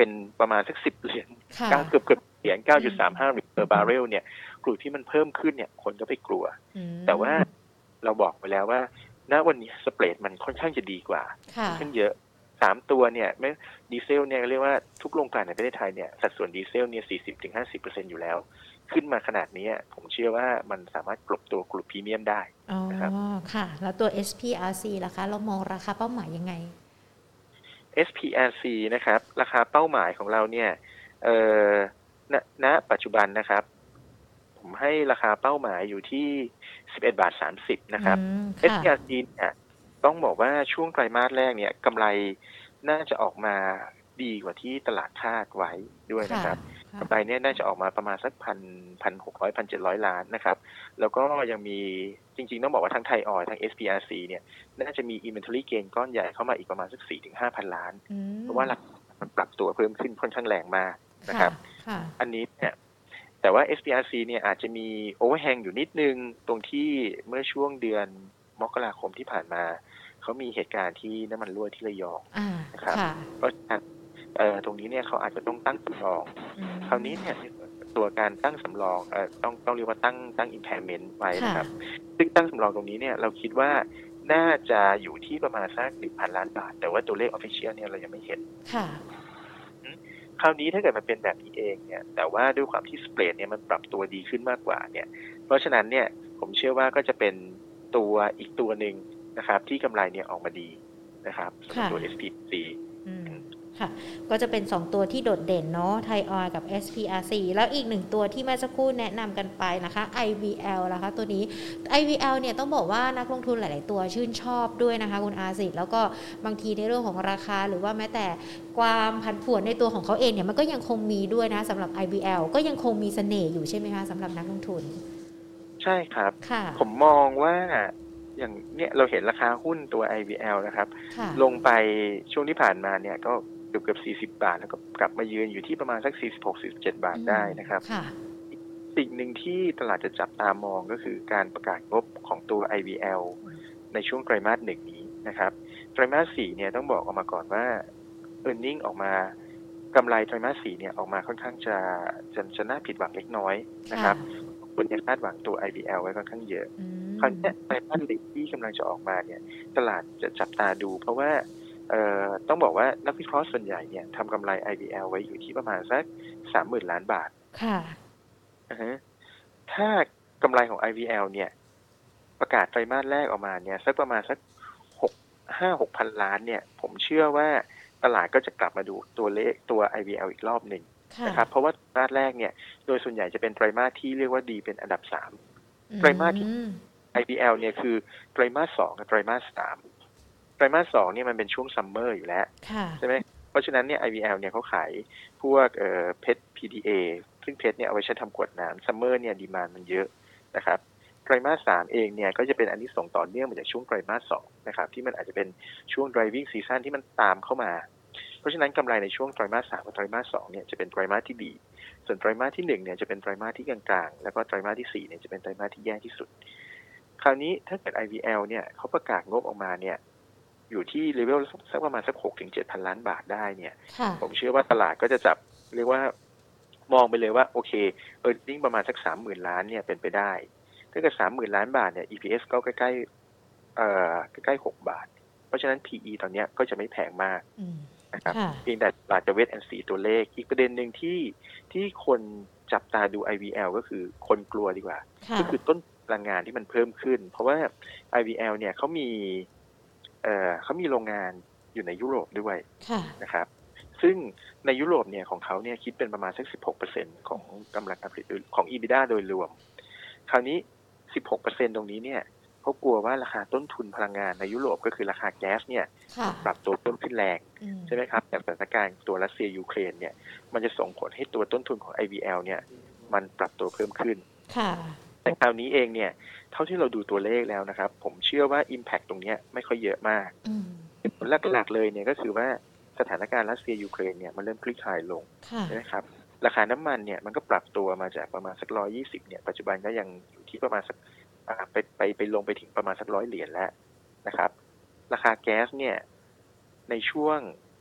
เป็นประมาณสักสิบเหรียญค่ะเก้าเกือบเกือบเหรียญ เก้าจุดสามห้า เหรียญ per barrel เนี่ยกลุ่มที่มันเพิ่มขึ้นเนี่ยคนก็ไปกลัวอืมแต่ว่าเราบอกไปแล้วว่าณวันนี้สเปรดมันค่อนข้างจะดีกว่าค่ะค่อนข้างเยอะสามตัวเนี่ยไม่ดีเซลเนี่ยเรียกว่าทุกโรงกลั่นในประเทศไทยเนี่ยสัดส่วนดีเซลเนี่ย สี่สิบถึงห้าสิบเปอร์เซ็นต์ อยู่แล้วขึ้นมาขนาดนี้ผมเชื่อว่ามันสามารถกลบตัวกลุ่มพรีเมียมได้อ๋อนะครับค่ะ แล้วตัว เอส พี อาร์ ซี ล่ะคะ เรามองราคาเป้าหมายยังไงเอส พี อาร์ ซี นะครับราคาเป้าหมายของเราเนี่ยเอ่อณณปัจจุบันนะครับผมให้ราคาเป้าหมายอยู่ที่สิบเอ็ดบาทสามสิบนะครับอืมเอสค่ะพี อาร์ ซี เนี่ยต้องบอกว่าช่วงไตรมาสแรกเนี่ยกำไรน่าจะออกมาดีกว่าที่ตลาดคาดไว้ด้วยนะครับค่ะกำไรเนี่ยน่าจะออกมาประมาณสักพันพันหกร้อยพันเจ็ดร้อยล้านนะครับแล้วก็ยังมีจริงๆต้องบอกว่าทั้งไทยออยล์ทั้ง เอส พี อาร์ ซี เนี่ยน่าจะมี inventory gain ก้อนใหญ่เข้ามาอีกประมาณสัก สี่ถึงห้าพันล้านอืมเพราะว่าราคามันปรับตัวเพิ่มขึ้นค่อนข้างแรงมากนะครับค่ะอันนี้เนี่ยแต่ว่า เอส พี อาร์ ซี เนี่ยอาจจะมี overhang อยู่นิดนึงตรงที่เมื่อช่วงเดือนมกราคมที่ผ่านมาเขามีเหตุการณ์ที่น้ำมันรั่วที่ระยองอ่านะครับค่ะก็เอ่อตรงนี้เนี่ยเขาอาจจะต้องตั้งสำรองอืมคราวนี้เนี่ยตัวการตั้งสำรองเอ่อต้องต้องเรียกว่าตั้งตั้ง impairment ไว้นะครับซึ่งตั้งสำรองตรงนี้เนี่ยเราคิดว่าน่าจะอยู่ที่ประมาณสัก หนึ่งพัน ล้านบาทแต่ว่าตัวเลข official เนี่ยเรายังไม่เห็นค่ะคราวนี้ถ้าเกิดมันเป็นแบบนี้เองเนี่ยแต่ว่าด้วยความที่สเปรดเนี่ยมันปรับตัวดีขึ้นมากกว่าเนี่ยเพราะฉะนั้นเนี่ยผมเชื่อว่าก็จะเป็นตัวอีกตัวหนึ่งนะครับที่กำไรเนี่ยออกมาดีนะครับสำหรับตัว เอส พี ซีอืม ค่ะ ก็จะเป็นสองตัวที่โดดเด่นเนาะ ไทยออยล์กับ เอส พี อาร์ ซี แล้วอีกหนึ่งตัวที่เมื่อสักครู่แนะนำกันไปนะคะ ไอ วี แอล นะคะตัวนี้ ไอ วี แอล เนี่ยต้องบอกว่านักลงทุนหลาย ๆ ตัวชื่นชอบด้วยนะคะคุณอาสิทธิ์แล้วก็บางทีในเรื่องของราคาหรือว่าแม้แต่ความผันผวนในตัวของเขาเองเนี่ยมันก็ยังคงมีด้วยนะสำหรับ ไอ วี แอล ก็ยังคงมีเสน่ห์อยู่ใช่ไหมคะสำหรับนักลงทุนใช่ครับค่ะผมมองว่าอย่างเนี่ยเราเห็นราคาหุ้นตัว ไอ วี แอล นะครับค่ะลงไปช่วงที่ผ่านมาเนี่ยก็เกือบเกือบสี่สิบบาทแล้วก็กลับมายืนอยู่ที่ประมาณสักสี่สิบหก สี่สิบเจ็ดบาทได้นะครับค่ะสิ่งหนึ่งที่ตลาดจะจับตามองก็คือการประกาศงบของตัว ไอ วี แอล ในช่วงไตรมาสหนึ่งนี้นะครับไตรมาสสี่เนี่ยต้องบอกออกมาก่อนว่า earning ออกมากำไรไตรมาสสี่เนี่ยออกมาค่อนข้างจะจะจะน่าผิดหวังเล็กน้อยนะครับคนยังคาดหวังตัว ไอ วี แอล ไว้ค่อนข้างเยอะอืมคราวนี้ไตรมาสหนึ่งที่กำลังจะออกมาเนี่ยตลาดจะจับตาดู เพราะว่าเอ่อต้องบอกว่านักวิเคราะห์ส่วนใหญ่เนี่ยทำกำไร ไอ วี แอล ไว้อยู่ที่ประมาณสัก สามหมื่น ล้านบาทค่ะนะฮะถ้ากำไรของ ไอ วี แอล เนี่ยประกาศไตรมาสแรกออกมาเนี่ยสักประมาณสักหก ห้า หกพันล้านเนี่ยผมเชื่อว่าตลาดก็จะกลับมาดูตัวเลขตัว ไอ วี แอล อีกรอบหนึ่งนะครับเพราะว่าไตรมาสแรกเนี่ยโดยส่วนใหญ่จะเป็นไตรมาสที่เรียกว่าดีเป็นอันดับสามไตรมาสที่ ไอ วี แอล เนี่ยคือไตรมาสสองกับไตรมาสสามไตรมาสสองเนี่ยมันเป็นช่วงซัมเมอร์อยู่แล้วใช่ไหมเพราะฉะนั้นเนี่ย ไอ วี แอล เนี่ยเขาขายพวกเอ่อเพชร พี ดี เอ ซึ่งเพชรเนี่ยเอาไว้ใช้ทำขวดน้ำซัมเมอร์เนี่ยดีมานด์มันเยอะนะครับไตรมาสสามเองเนี่ยก็จะเป็นอันที่ส่งต่อเนื่องมาจากช่วงไตรมาสสองนะครับที่มันอาจจะเป็นช่วง driving season ที่มันตามเข้ามาเพราะฉะนั้นกำไรในช่วงไตรมาสสามกับไตรมาสสองเนี่ยจะเป็นไตรมาสที่ดีส่วนไตรมาสที่หนึ่งเนี่ยจะเป็นไตรมาสที่กลางๆแล้วก็ไตรมาสที่สี่เนี่ยจะเป็นไตรมาสที่แย่ที่สุดคราวนี้ถ้าเกิด ไอ วี แอล เนี่ยเขาประกาศงบออกมาเนี่ยอยู่ที่เลเวลสักประมาณสัก หกถึงเจ็ดพัน ล้านบาทได้เนี่ยผมเชื่อว่าตลาดก็จะจับเรียกว่ามองไปเลยว่าโอเคเออร์นิ่งประมาณสัก สามหมื่น ล้านเนี่ยเป็นไปได้ถ้าเกิด สามหมื่น ล้านบาทเนี่ย อี พี เอส ก็ใกล้ๆเอ่อใกล้ๆหกบาทเพราะฉะนั้น พี อี ตอนนี้ก็จะไม่แพงมากนะครับเพียงแต่ตลาดจะเวทแอนด์ซีตัวเลขอีกประเด็นหนึ่งที่ที่คนจับตาดู ไอ วี แอล ก็คือคนกลัวดีกว่าก็คือต้นพลังงานที่มันเพิ่มขึ้นเพราะว่า ไอ วี แอล เนี่ยเขามีเอ่อเขามีโรงงานอยู่ในยุโรปด้วยนะครับซึ่งในยุโรปเนี่ยของเขาเนี่ยคิดเป็นประมาณสัก สิบหกเปอร์เซ็นต์ ของกำลังการผลิตของ อี บี ดี เอ โดยรวมคราวนี้ สิบหกเปอร์เซ็นต์ ตรงนี้เนี่ยเขากลัวว่าราคาต้นทุนพลังงานในยุโรปก็คือราคาแก๊สเนี่ยปรับตัวเพิ่มขึ้นแรงใช่ไหมครับจากสถานการณ์ตัวรัสเซียยูเครนเนี่ยมันจะส่งผลให้ตัวต้นทุนของ ไอ วี แอล เนี่ยมันปรับตัวเพิ่มขึ้นแต่คราวนี้เองเนี่ยเท่าที่เราดูตัวเลขแล้วนะครับผมเชื่อว่า impact ตรงนี้ไม่ค่อยเยอะมากผลหลักๆเลยเนี่ยก็คือว่าสถานการณ์รัสเซียยูเครนเนี่ยมันเริ่มคลี่คลายลงใช่ไหมครับราคาน้ำมันเนี่ยมันก็ปรับตัวมาจากประมาณสักร้อยยี่สิบเนี่ยปัจจุบันก็ยังอยู่ที่ประมาณสักไปไปไปลงไปถึงประมาณสักร้อยเหรียญแล้วนะครับราคาแก๊สเนี่ยในช่วง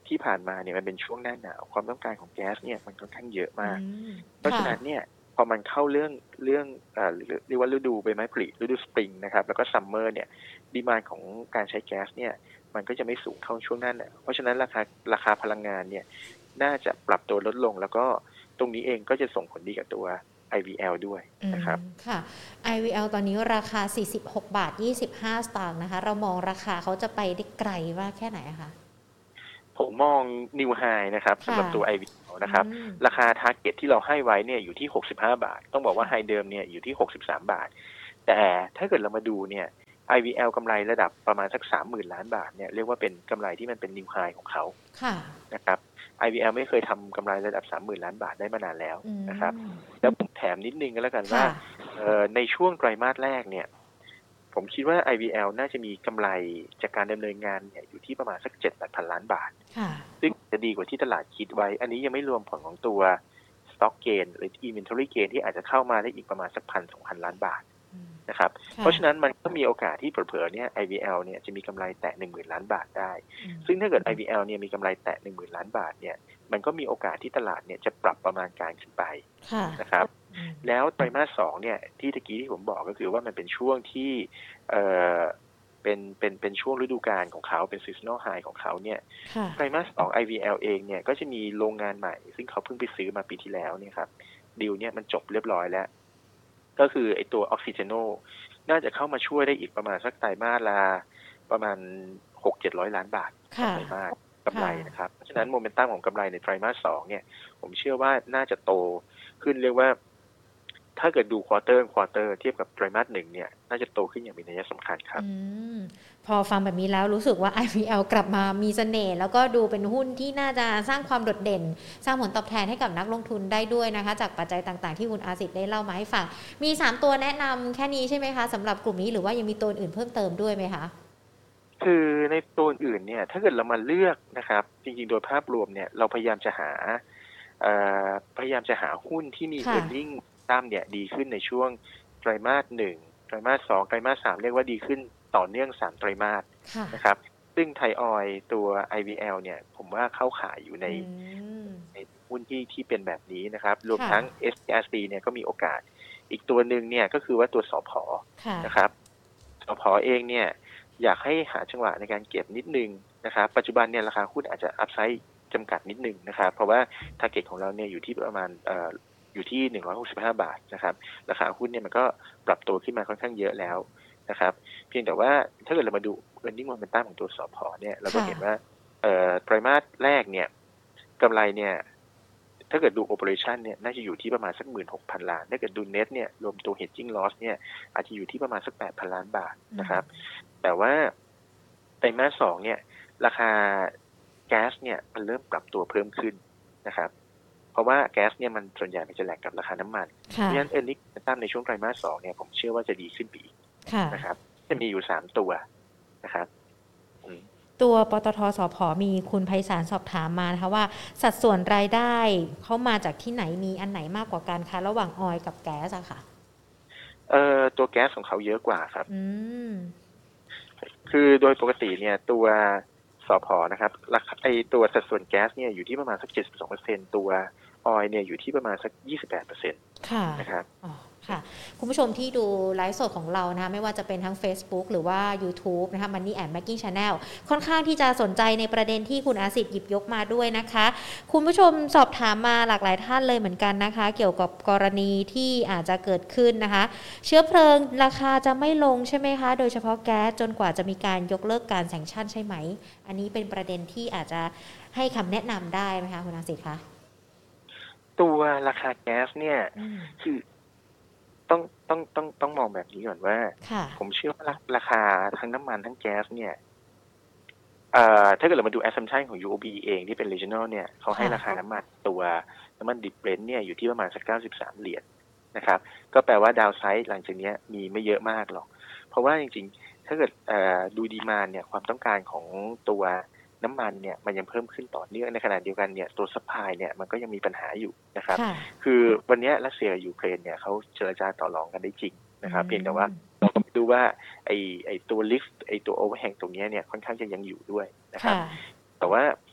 ที่ผ่านมาเนี่ยมันเป็นช่วงหน้าหนาวความต้องการของแก๊สเนี่ยมันค่อนข้างเยอะอืมากมเพราะค่ฉะนั้นะเนี่ยพอมันเข้าเรื่องเรื่องเอ่อเรียกว่าฤดูใบไม้ผลิฤดูสปริงนะครับแล้วก็ซัมเมอร์เนี่ยดีมานด์ของการใช้แก๊สเนี่ยมันก็จะไม่สูงเท่าช่วงหน้าหนาวเพราะฉะนั้นราคาราคาพลังงานเนี่ยน่าจะปรับตัวลดลงแล้วก็ตรงนี้เองก็จะส่งผลดีกับตัว ไอ วี แอล ด้วยอืนะมครับค่ะ ไอ วี แอล ตอนนี้ราคา สี่สิบหกบาทยี่สิบห้า สตางค์นะคะ เรามองราคาเขาจะไปได้ไกลมากแค่ไหนอะคะผมมอง New High นะครับค่ะสำหรับตัว ไอ วี แอลอืนะครับมราคา Target ที่เราให้ไว้เนี่ยอยู่ที่ หกสิบห้า บาท ต้องบอกว่า High เดิมเนี่ยอยู่ที่ หกสิบสาม บาท แต่ถ้าเกิดเรามาดูเนี่ย ไอ วี แอล กำไรระดับประมาณสัก สามหมื่น ล้านบาทเนี่ยเรียกว่าเป็นกำไรที่มันเป็น New High ของเขาค่ะนะครับ ไอ วี แอล ไม่เคยทำกำไรระดับ สามหมื่น ล้านบาทได้มานานแล้วอืมนะครับ แล้วผมแถมนิดนึงก็แล้วกันว่าค่ะเอ่อในช่วงไตรมาสแรกเนี่ยผมคิดว่า ไอ วี แอล น่าจะมีกำไรจากการดำเนินงานเนี่ยอยู่ที่ประมาณสัก เจ็ดแปดพัน ล้านบาทค่ะซึ่งจะดีกว่าที่ตลาดคิดไว้ อันนี้ยังไม่รวมผลของตัว Stock Gain หรือ Inventory Gain ที่อาจจะเข้ามาได้อีกประมาณสัก หนึ่งพันสองพัน ล้านบาทอืมนะครับค่เพราะฉะนั้นมันก็มีโอกาสที่เผลอๆเนี่ย ไอ วี แอล เนี่ยจะมีกำไรแตะ หนึ่งหมื่น ล้านบาทได้อืมซึ่งถ้าเกิด ไอ วี แอล เนี่ยมีกำไรแตะ หนึ่งหมื่น ล้านบาทเนี่ยมันก็มีโอกาสที่ตลาดเนี่ยจะปรับประมาณการขึ้นไปค่ะนะครับอืมแล้วไตรมาสสองเนี่ยที่ตะกี้ที่ผมบอกก็คือว่ามันเป็นช่วงที่เอ่อเป็นเป็นเป็นช่วงฤดูกาลของเขาเป็น seasonal high ของเขาเนี่ยค่ะไตรมาสสอง ไอ วี แอล เองเนี่ยก็จะมีโรงงานใหม่ซึ่งเขาเพิ่งไปซื้อมาปีที่แล้วเนี่ยครับดีลเนี่ยมันจบเรียบร้อยแล้ว ก็คือไอตัว Oxygeno น่าจะเข้ามาช่วยได้อีกประมาณสักไตรมาสละประมาณ หกเจ็ดร้อย ล้านบาทต่อค่ะไตรมาสกำไรนะครับเพราะฉะนั้นโมเมนตัมของกำไรในไตรมาสสองเนี่ยผมเชื่อว่าน่าจะโตขึ้นเรียกว่า ถ้าเกิดดูควอเตอร์ควอเตอร์เทียบกับไตรมาสหนึ่งเนี่ยน่าจะโตขึ้นอย่างมีนัยสำคัญครับอืม พอฟังแบบนี้แล้วรู้สึกว่า ไอ วี แอล กลับมามีเสน่ห์แล้วก็ดูเป็นหุ้นที่น่าจะสร้างความโดดเด่น สร้างผลตอบแทนให้กับนักลงทุนได้ด้วยนะคะ จากปัจจัยต่างๆที่คุณอาสิทธิ์ได้เล่ามาให้ฟัง มี สาม ตัวแนะนำแค่นี้ใช่ไหมคะสำหรับกลุ่มนี้หรือว่ายังมีตัวอื่นเพิ่มเติมด้วยไหมคะคือในตัวอื่นเนี่ยถ้าเกิดเรามาเลือกนะครับจริงๆโดยภาพรวมเนี่ยเราพยายามจะหาเอ่อพยายามจะหาหุ้นที่มีค่ะ earning ตามเนี่ยดีขึ้นในช่วงไตรมาสหนึ่งไตรมาสสองไตรมาสสามเรียกว่าดีขึ้นต่อเนื่องสามไตรมาสค่ะนะครับซึ่งไทยออยล์ตัว ไอ วี แอล เนี่ยผมว่าเข้าขายอยู่ในอืมในหุ้นที่ที่เป็นแบบนี้นะครับรวมค่ะทั้ง เอส ที อาร์ ซี เนี่ยก็มีโอกาสอีกตัวหนึ่งเนี่ยก็คือว่าตัวสผค่ะนะครับสผเองเนี่ยอยากให้หาจังหวะในการเก็บนิดนึงนะครับปัจจุบันเนี่ยราคาหุ้นอาจจะอัพไซด์จำกัดนิดนึงนะครับเพราะว่า target ของเราเนี่ยอยู่ที่ประมาณเอ่ออยู่ที่หนึ่งร้อยหกสิบห้าบาทนะครับราคาหุ้นเนี่ยมันก็ปรับตัวขึ้นมาค่อนข้างเยอะแล้วนะครับเพียงแต่ว่าถ้าเกิดเรามาดู earning momentum ของตัวสผเนี่ยเราก็ค่ะเห็นว่าเอ่อไตรมาสแรกเนี่ยกำไรเนี่ยถ้าเกิดดู operation เนี่ยน่าจะอยู่ที่ประมาณสัก หนึ่งหมื่นหกพัน ล้านถ้าเกิดดู net เนี่ยรวมตัว hedging loss เนี่ยอาจจะอยู่ที่ประมาณสัก แปดพัน ล้านบาทนะครับแต่ว่าไตรมาสสองเนี่ยราคาแก๊สเนี่ยมันเริ่มปรับตัวเพิ่มขึ้นนะครับเพราะว่าแก๊สเนี่ยมันส่วนใหญ่มันจะแลกกับราคาน้ำมันเพค่ะราะฉะนั้น earning momentum ในช่วงไตรมาสสองเนี่ยผมเชื่อว่าจะดีขึ้นไปอีกค่ะนะครับจะมีอยู่สามตัวนะครับอืมตัวปตทสผมีคุณไพศาลสอบถามมานะคะว่า สัดส่วนรายได้เขามาจากที่ไหนมีอันไหนมากกว่ากันคะระหว่างออยล์กับแก๊สอะค่ะเอ่อตัวแก๊สของเขาเยอะกว่าครับอืมคือโดยปกติเนี่ยตัวสผนะครับราคาไอตัวสัดส่วนแก๊สเนี่ยอยู่ที่ประมาณสัก เจ็ดสิบสองเปอร์เซ็นต์ ตัวออยล์เนี่ยอยู่ที่ประมาณสัก ยี่สิบแปดเปอร์เซ็นต์ค่ะนะครับอ๋อค่ะคุณผู้ชมที่ดูไลฟ์สดของเรานะคะไม่ว่าจะเป็นทั้ง Facebook หรือว่า YouTube นะคะ Money and Banking Channel ค่อนข้างที่จะสนใจในประเด็นที่คุณอาสิทธิ์หยิบยกมาด้วยนะคะ คุณผู้ชมสอบถามมาหลากหลายท่านเลยเหมือนกันนะคะ เกี่ยวกับกรณีที่อาจจะเกิดขึ้นนะคะ เชื้อเพลิงราคาจะไม่ลงใช่ไหมคะ โดยเฉพาะแก๊สจนกว่าจะมีการยกเลิกการแซงชั่นใช่ไหม อันนี้เป็นประเด็นที่อาจจะให้คำแนะนำได้ไหมคะคุณอาสิทธิ์คะตัวราคาแก๊สเนี่ยอืมคือต้องต้องต้องต้องมองแบบนี้ก่อนว่าค่ะผมเชื่อว่าราราคาทั้งน้ำมันทั้งแก๊สเนี่ยเอ่อถ้าเกิดเรามาดู assumption ของ ยู โอ บี เองที่เป็น regional เนี่ยเขาให้ค่ะราคาน้ำมันตัวน้ำมันดิบเบรนท์เนี่ยอยู่ที่ประมาณสักเก้าสิบสามเหรียญนะครับก็แปลว่าดาวไซด์หลังจากนี้มีไม่เยอะมากหรอกเพราะว่าจริงๆถ้าเกิดเอ่อดูดีมานด์เนี่ยความต้องการของตัวน้ำมันเนี่ยมันยังเพิ่มขึ้นต่อเนื่องในขณะเดียวกันเนี่ยตัวซัพพลายเนี่ยมันก็ยังมีปัญหาอยู่นะครับค่ะคือวันนี้รัสเซียกับยูเครนเนี่ยเขาเจรจาต่อรองกันได้จริงนะครับอืมเพียงแต่ว่าเราต้องดูว่าไอไอตัวลิฟต์ไอตัวโอเวอร์แฮงตรงนี้เนี่ยค่อนข้างจะยังอยู่ด้วยนะครับค่ะแต่ว่า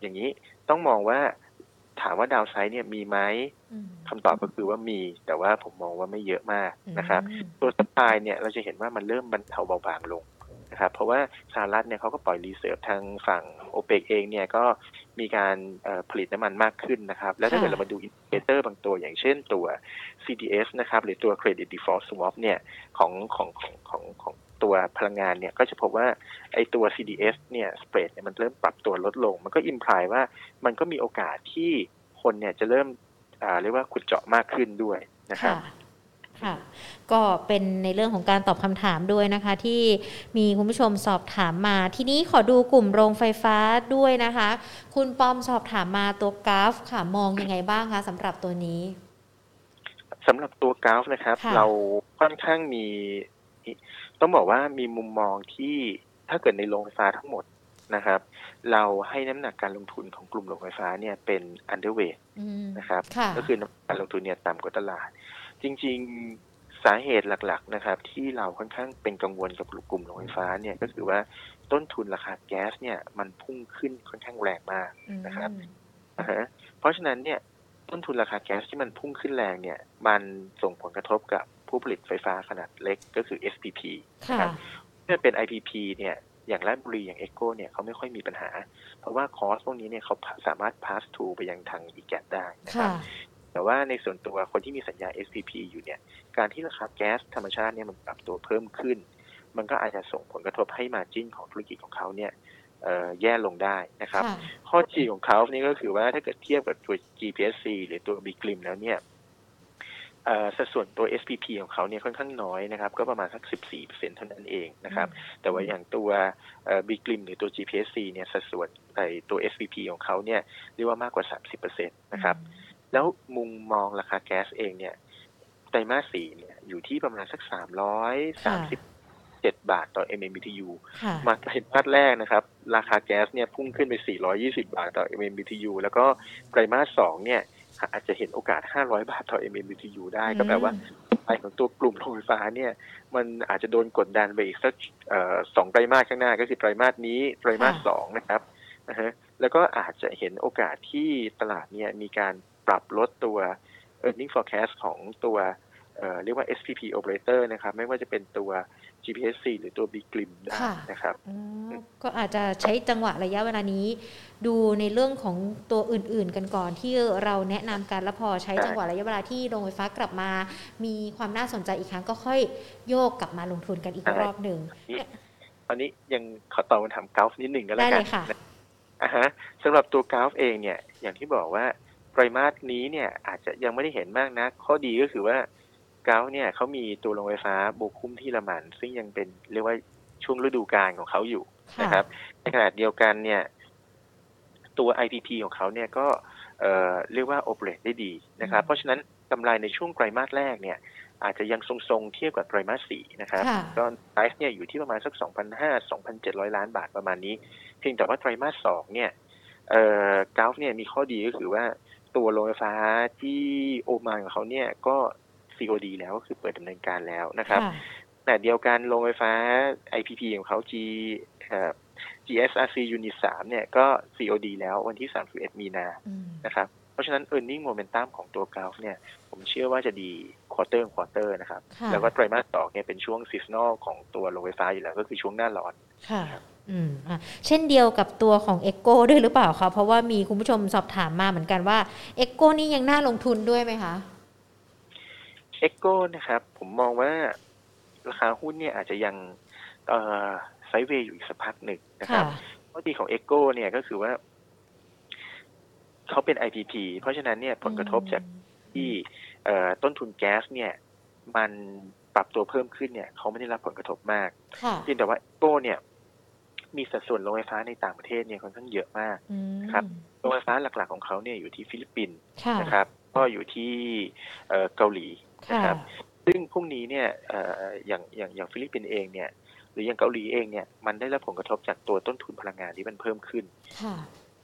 อย่างนี้ต้องมองว่าถามว่าดาวไซด์เนี่ยมีไหมคำตอบก็คือว่ามีแต่ว่าผมมองว่าไม่เยอะมากนะครับตัวซัพพลายเนี่ยเราจะเห็นว่ามันเริ่มบรรเทาเบาบางลงนะครับเพราะว่าสหรัฐเนี่ยเขาก็ปล่อยรีเซิร์ฟทางฝั่งโอเปกเองเนี่ยก็มีการผลิตน้ำมันมากขึ้นนะครับแล้วถ้าเกิดเรามาดูอินดิเคเตอร์บางตัวอย่างเช่นตัว ซี ดี เอส นะครับหรือตัว Credit Default Swap เนี่ยของของของของของตัวพลังงานเนี่ยก็จะพบว่าไอ้ตัว ซี ดี เอส เนี่ยสเปรดเนี่ยมันเริ่มปรับตัวลดลงมันก็อิมพลายว่ามันก็มีโอกาสที่คนเนี่ยจะเริ่มอ่าเรียกว่าขุดเจาะมากขึ้นด้วยนะครับค่ะก็เป็นในเรื่องของการตอบคำถามด้วยนะคะที่มีคุณผู้ชมสอบถามมาทีนี้ขอดูกลุ่มโรงไฟฟ้าด้วยนะคะคุณปอมสอบถามมาตัวกราฟค่ะมองยังไงบ้างคะสำหรับตัวนี้สำหรับตัวกราฟนะครับเราค่อนข้างมีต้องบอกว่ามีมุมมองที่ถ้าเกิดในโรงไฟฟ้าทั้งหมดนะครับเราให้น้ำหนักการลงทุนของกลุ่มโรงไฟฟ้าเนี่ยเป็น underweight นะครับก็คือน้ำหนักการลงทุนเนี่ยต่ำกว่าตลาดจริงๆสาเหตุหลักๆนะครับที่เราค่อนข้างเป็นกังวลกับกลุ่มโรงไฟฟ้าเนี่ยก็คือว่าต้นทุนราคาแก๊สเนี่ยมันพุ่งขึ้นค่อนข้างแรงมากนะครับเพราะฉะนั้นเนี่ยต้นทุนราคาแก๊สที่มันพุ่งขึ้นแรงเนี่ยมันส่งผลกระทบกับผู้ผลิตไฟฟ้าขนาดเล็กก็คือ เอส พี พี นะครับเมื่อเป็น ไอ พี พี เนี่ยอย่างราชบุรีอย่างเอโก้เนี่ยเขาไม่ค่อยมีปัญหาเพราะว่าคอสพวกนี้เนี่ยเขาสามารถ pass through ไปยังทาง อี จี เอ ที ได้นะครับแต่ว่าในส่วนตัวคนที่มีสัญญา เอส พี พี อยู่เนี่ยการที่ราคาแก๊สธรรมชาติเนี่ยมันปรับตัวเพิ่มขึ้นมันก็อาจจะส่งผลกระทบให้ margin ของธุรกิจของเขาเนี่ยแย่ลงได้นะครับข้อดีของเขานี่ก็คือว่าถ้าเกิดเทียบกับตัว จี พี เอส ซี หรือตัว บี จี ไอ เอ็ม แล้วเนี่ยสัดส่วนตัว เอส พี พี ของเขาเนี่ยค่อนข้างน้อยนะครับก็ประมาณสัก สิบสี่เปอร์เซ็นต์ เท่านั้นเองนะครับแต่ว่าอย่างตัว บี จี ไอ เอ็ม หรือตัว จี พี เอส ซี เนี่ยสัดส่วนไอ้ตัว เอส พี พี ของเขาเนี่ยเรียกว่ามากกว่า สามสิบเปอร์เซ็นต์ นะครับแล้วมุมมองราคาแก๊สเองเนี่ยไตรมาสสี่เนี่ยอยู่ที่ประมาณสักสามร้อยสามสิบเจ็ดบาทต่อ เอ็ม เอ็ม บี ที ยู มาไตรมาสแรกนะครับราคาแก๊สเนี่ยพุ่งขึ้นไปสี่ร้อยยี่สิบบาทต่อ เอ็ม เอ็ม บี ที ยู แล้วก็ไตรมาสสองเนี่ยอาจจะเห็นโอกาสห้าร้อยบาทต่อ เอ็ม เอ็ม บี ที ยู ได้ก็แปลว่าไอ้ของตัวกลุ่มโรงไฟฟ้าเนี่ยมันอาจจะโดนกดดันไปอีกสักเอ่อสองไตรมาสข้างหน้าก็คือไตรมาสนี้ไตรมาสสองนะครับนะฮะแล้วก็อาจจะเห็นโอกาสที่ตลาดเนี่ยมีการปรับลดตัว earning forecast ของตัวเอ่อเรียกว่า เอส พี พี operator นะครับไม่ว่าจะเป็นตัว จี พี เอส ซี หรือตัว บี จี ไอ เอ็ม ได้นะครับก็อาจจะใช้จังหวะระยะเวลานี้ดูในเรื่องของตัวอื่นๆกันก่อนที่เราแนะนำกันแล้วพอใช้จังหวะระยะเวลาที่โรงไฟฟ้ากลับมามีความน่าสนใจอีกครั้งก็ค่อยโยกกลับมาลงทุนกันอีกรอบหนึ่งตอนนี้ยังขอตอบคำถามกราฟนิดหนึ่งก็แล้วกันอ่าฮะสำหรับตัวกราฟเองเนี่ยอย่างที่บอกว่าไตรมาสนี้เนี่ยอาจจะยังไม่ได้เห็นมากนะข้อดีก็คือว่ากราฟเนี่ยเขามีตัวโรงไฟฟ้าโบคุ้มที่ละมันซึ่งยังเป็นเรียกว่าช่วงฤดูกาลของเขาอยู่นะครับในขณะเดียวกันเนี่ยตัว ไอ พี พี ของเขาเนี่ยก็เอ่อเรียกว่าโอเปเรตได้ดีนะครับเพราะฉะนั้นกำไรในช่วงไตรมาสแรกเนี่ยอาจจะยังทรงๆเทียบกับไตรมาสสี่นะครับก็ไพรซ์เนี่ยอยู่ที่ประมาณสัก สองพันห้าร้อย สองพันเจ็ดร้อย ล้านบาทประมาณนี้เพียงแต่ว่าไตรมาสสองเนี่ยเอ่อกราฟเนี่ยมีข้อดีก็คือว่าตัวโรงไฟฟ้าที่โอมานของเขาเนี่ยก็ ซี โอ ดี แล้วก็คือเปิดดำเนินการแล้วนะครับแต่เดียวกันโรงไฟฟ้า ไอ พี พี ของเขา G เอ่อ จี เอส อาร์ ซี Unit สามเนี่ยก็ ซี โอ ดี แล้ววันที่สามสิบเอ็ดมีนานะครับเพราะฉะนั้น earning momentum ของตัวกราฟเนี่ยผมเชื่อว่าจะดี quarter quarter นะครับแล้วก็ไตรมาสสองเนี่ยเป็นช่วง seasonal ของตัวโรงไฟฟ้าอยู่แล้วก็คือช่วงหน้าร้อนค่ะอืมอ่ะเช่นเดียวกับตัวของ Echo ด้วยหรือเปล่าคะเพราะว่ามีคุณผู้ชมสอบถามมาเหมือนกันว่า Echo นี่ยังน่าลงทุนด้วยไหมคะ Echo นะครับผมมองว่าราคาหุ้นเนี่ยอาจจะยังเอ่อไซด์เวย์อยู่อีกสักพักหนึ่งนะครับข้อดีของ Echo เนี่ยก็คือว่าเขาเป็น ไอ พี พี เพราะฉะนั้นเนี่ยผลกระทบจากที่เอ่อต้นทุนแก๊สเนี่ยมันปรับตัวเพิ่มขึ้นเนี่ยเขาไม่ได้รับผลกระทบมากเพียงแต่ว่า Echo เนี่ยมีสัดส่วนโรงไฟฟ้าในต่างประเทศเนี่ยค่อนข้างเยอะมากนะครับโรงไฟฟ้าหลักๆของเขาเนี่ยอยู่ที่ฟิลิปปินส์นะครับก็อยู่ที่เอ่อเกาหลีนะครับซึ่งพวกนี้เนี่ยเอ่ออย่างอย่างอย่างฟิลิปปินส์เองเนี่ยหรืออย่างเกาหลีเองเนี่ยมันได้รับผลกระทบจากตัวต้นทุนพลังงานที่มันเพิ่มขึ้น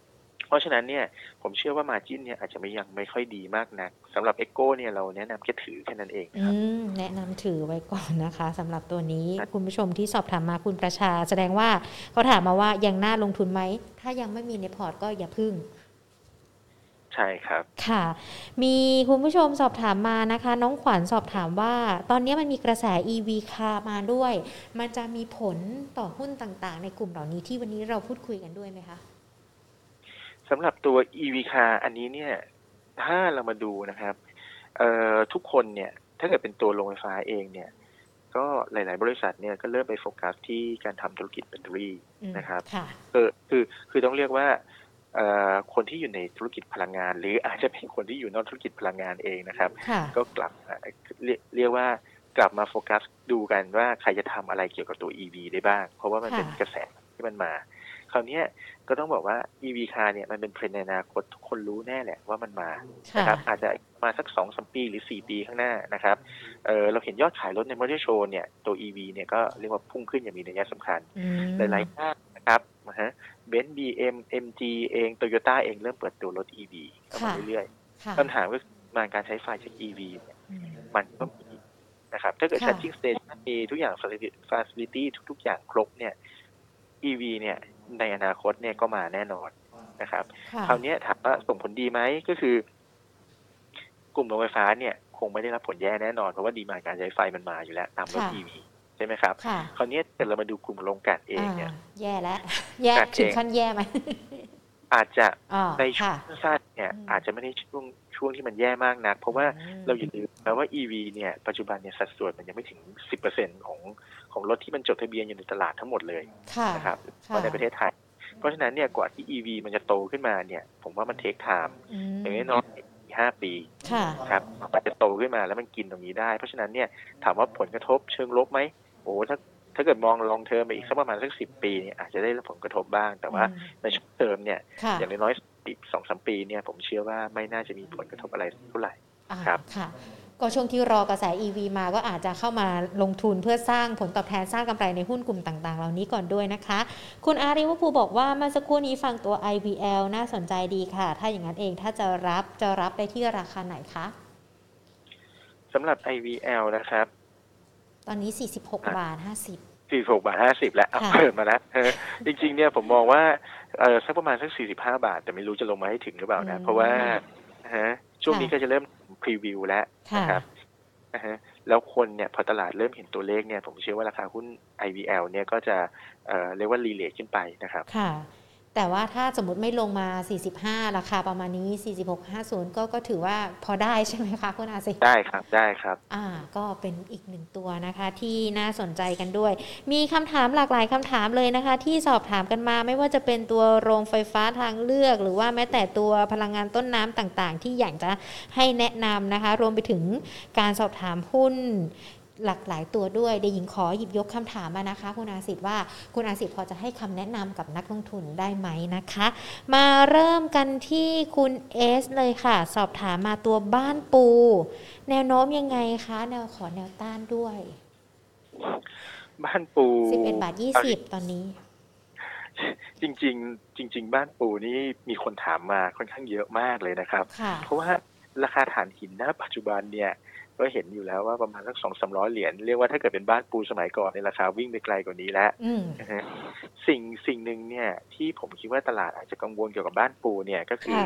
เพราะฉะนั้นเนี่ยผมเชื่อว่า margin เนี่ยอาจจะไม่ยังไม่ค่อยดีมากนักสำหรับ Echo เนี่ยเราแนะนำแค่ถือแค่นั้นเองอืครับมแนะนำถือไว้ก่อนนะคะสำหรับตัวนี้คุณผู้ชมที่สอบถามมาคุณประชาแสดงว่าเขาถามมาว่ายังน่าลงทุนไหมถ้ายังไม่มีในพอร์ตก็อย่าพึ่งใช่ครับค่ะมีคุณผู้ชมสอบถามมานะคะน้องขวัญสอบถามว่าตอนนี้มันมีกระแส อี วี Car มาด้วยมันจะมีผลต่อหุ้นต่างๆในกลุ่มเหล่านี้ที่วันนี้เราพูดคุยกันด้วยไหมคะสำหรับตัว อี วี Car อันนี้เนี่ยถ้าเรามาดูนะครับเอ่อทุกคนเนี่ยถ้าเกิดเป็นตัวโรงไฟฟ้าเองเนี่ยก็หลายๆบริษัทเนี่ยก็เริ่มไปโฟกัสที่การทำธุรกิจแบตเตอรี่นะครับคือคือคือต้องเรียกว่าเอ่อคนที่อยู่ในธุรกิจพลังงานหรืออาจจะเป็นคนที่อยู่นอกธุรกิจพลังงานเองนะครับก็กลับเรียกเรียกว่ากลับมาโฟกัสดูกันว่าใครจะทำอะไรเกี่ยวกับตัว อี วี ได้บ้างเพราะว่ามันเป็นกระแสที่มันมาคราวนี้ก็ต้องบอกว่า อี วี Car เนี่ยมันเป็นเทรนด์ในอนาคตทุกคนรู้แน่แหละว่ามันมานะครับอาจจะมาสัก สองถึงสาม ปีหรือสี่ปีข้างหน้านะครับเออเราเห็นยอดขายรถในมอเตอร์โชว์เนี่ยตัว อี วี เนี่ยก็เรียกว่าพุ่งขึ้นอย่างมีนัยสำคัญหลายๆท่านนะครับนะฮะเบนซ์ บี เอ็ม เอ็ม จี เอง Toyota เองเริ่มเปิดตัวรถ อี วี เข้ามาเรื่อยๆคำถามก็คือมาการใช้ไฟจาก อี วี เนี่ยมันก็มีนะครับถ้าเกิด charging station มีทุกอย่าง facility ทุกๆอย่างครบเนี่ย อี วี เนี่ยในอนาคตเนี่ยก็มาแน่นอนนะครับคราวนี้ถามว่าส่งผลดีไหมก็คือกลุ่มโรงไฟฟ้าเนี่ยคงไม่ได้รับผลแย่แน่นอนเพราะว่าดีมานด์การใช้ไฟมันมาอยู่แล้วตามรถ อี วี ใช่ไหมครับคราวนี้แต่เรามาดูกลุ่มโรงกลั่นเองเนี่ยแย่แล้วแย่ถึงขั้นแย่ไหมอาจจะในช่วงสั้นเนี่ยอาจจะไม่ได้ช่วงช่วงที่มันแย่มากนักเพราะว่าเราอย่าลืมนะว่า อี วี เนี่ยปัจจุบันเนี่ยสัดส่วนมันยังไม่ถึง สิบเปอร์เซ็นต์ ของของรถที่มันจดทะเบียนอยู่ในตลาดทั้งหมดเลยนะครับในประเทศไทยเพราะฉะนั้นเนี่ยกว่าที่ อี วี มันจะโตขึ้นมาเนี่ยผมว่ามันเทคไทม์อย่างน้อยๆห้าปีครับมันจะโตขึ้นมาแล้วมันกินตรงนี้ได้เพราะฉะนั้นเนี่ยถามว่าผลกระทบเชิงลบไหมโอ้ถ้าถ้าเกิดมองลองเทอมไปอีกสักประมาณสักสิบปีเนี่ยอาจจะได้รับผลกระทบบ้างแต่ว่าในช่วงเทอมเนี่ยอย่างน้อยๆอีก สองถึงสาม ปีเนี่ยผมเชื่อว่าไม่น่าจะมีผลกระทบอะไรเท่าไหร่ครับค่ะก็ช่วงที่รอกระแส อี วี มาก็อาจจะเข้ามาลงทุนเพื่อสร้างผลตอบแทนสร้างกำไรในหุ้นกลุ่มต่างๆเหล่านี้ก่อนด้วยนะคะคุณอาริวภูบอกว่าเมื่อสักครู่นี้ฟังตัว ไอ วี แอล น่าสนใจดีค่ะถ้าอย่างนั้นเองถ้าจะรับจะรับได้ที่ราคาไหนคะสำหรับ ไอ วี แอล นะครับตอนนี้สี่สิบหกบาทห้าสิบสี่สิบหกบาทห้าสิบแล้วเพิ่มมาแล้วจริงๆเนี่ยผมมองว่าเออสักประมาณสักสี่สิบห้าบาทแต่ไม่รู้จะลงมาให้ถึงหรือเปล่านะเพราะว่าฮะช่วงนี้ก็จะเริ่มพรีวิวแล้วนะครับนะฮะแล้วคนเนี่ยพอตลาดเริ่มเห็นตัวเลขเนี่ยผมเชื่อว่าราคาหุ้น ไอ วี แอล เนี่ยก็จะเอ่อเรียกว่ารีเลทขึ้นไปนะครับค่ะแต่ว่าถ้าสมมุติไม่ลงมาสี่สิบห้าราคาประมาณนี้สี่สิบหก ห้าสิบก็ก็ถือว่าพอได้ใช่ไหมคะคุณอาศิได้ครับได้ครับอ่าก็เป็นอีกหนึ่งตัวนะคะที่น่าสนใจกันด้วยมีคำถามหลากหลายคำถามเลยนะคะที่สอบถามกันมาไม่ว่าจะเป็นตัวโรงไฟฟ้าทางเลือกหรือว่าแม้แต่ตัวพลังงานต้นน้ำต่างๆที่อยากจะให้แนะนำนะคะรวมไปถึงการสอบถามหุ้นหลากหลายตัวด้วยเดี๋ยวหญิงขอหยิบยกคำถามมานะคะคุณอาศิษฐ์ว่าคุณอาศิษฐ์พอจะให้คำแนะนำกับนักลงทุนได้ไหมนะคะมาเริ่มกันที่คุณเอสเลยค่ะสอบถามมาตัวบ้านปูแนวโน้มยังไงคะแนวขอแนวต้านด้วยบ้านปูสิบเอ็ดบาทยี่สิบตอนนี้จริงๆจริงๆบ้านปูนี่มีคนถามมาค่อนข้างเยอะมากเลยนะครับเพราะว่าราคาถ่านหินณปัจจุบันเนี่ยก็เห็นอยู่แล้วว่าประมาณสัก สองถึงสามร้อย เหรียญเรียกว่าถ้าเกิดเป็นบ้านปูสมัยก่อนในราคาวิ่งไปไกลกว่านี้แล้วสิ่งสิ่งหนึ่งเนี่ยที่ผมคิดว่าตลาดอาจจะกังวลเกี่ยวกับบ้านปูเนี่ยก็คือ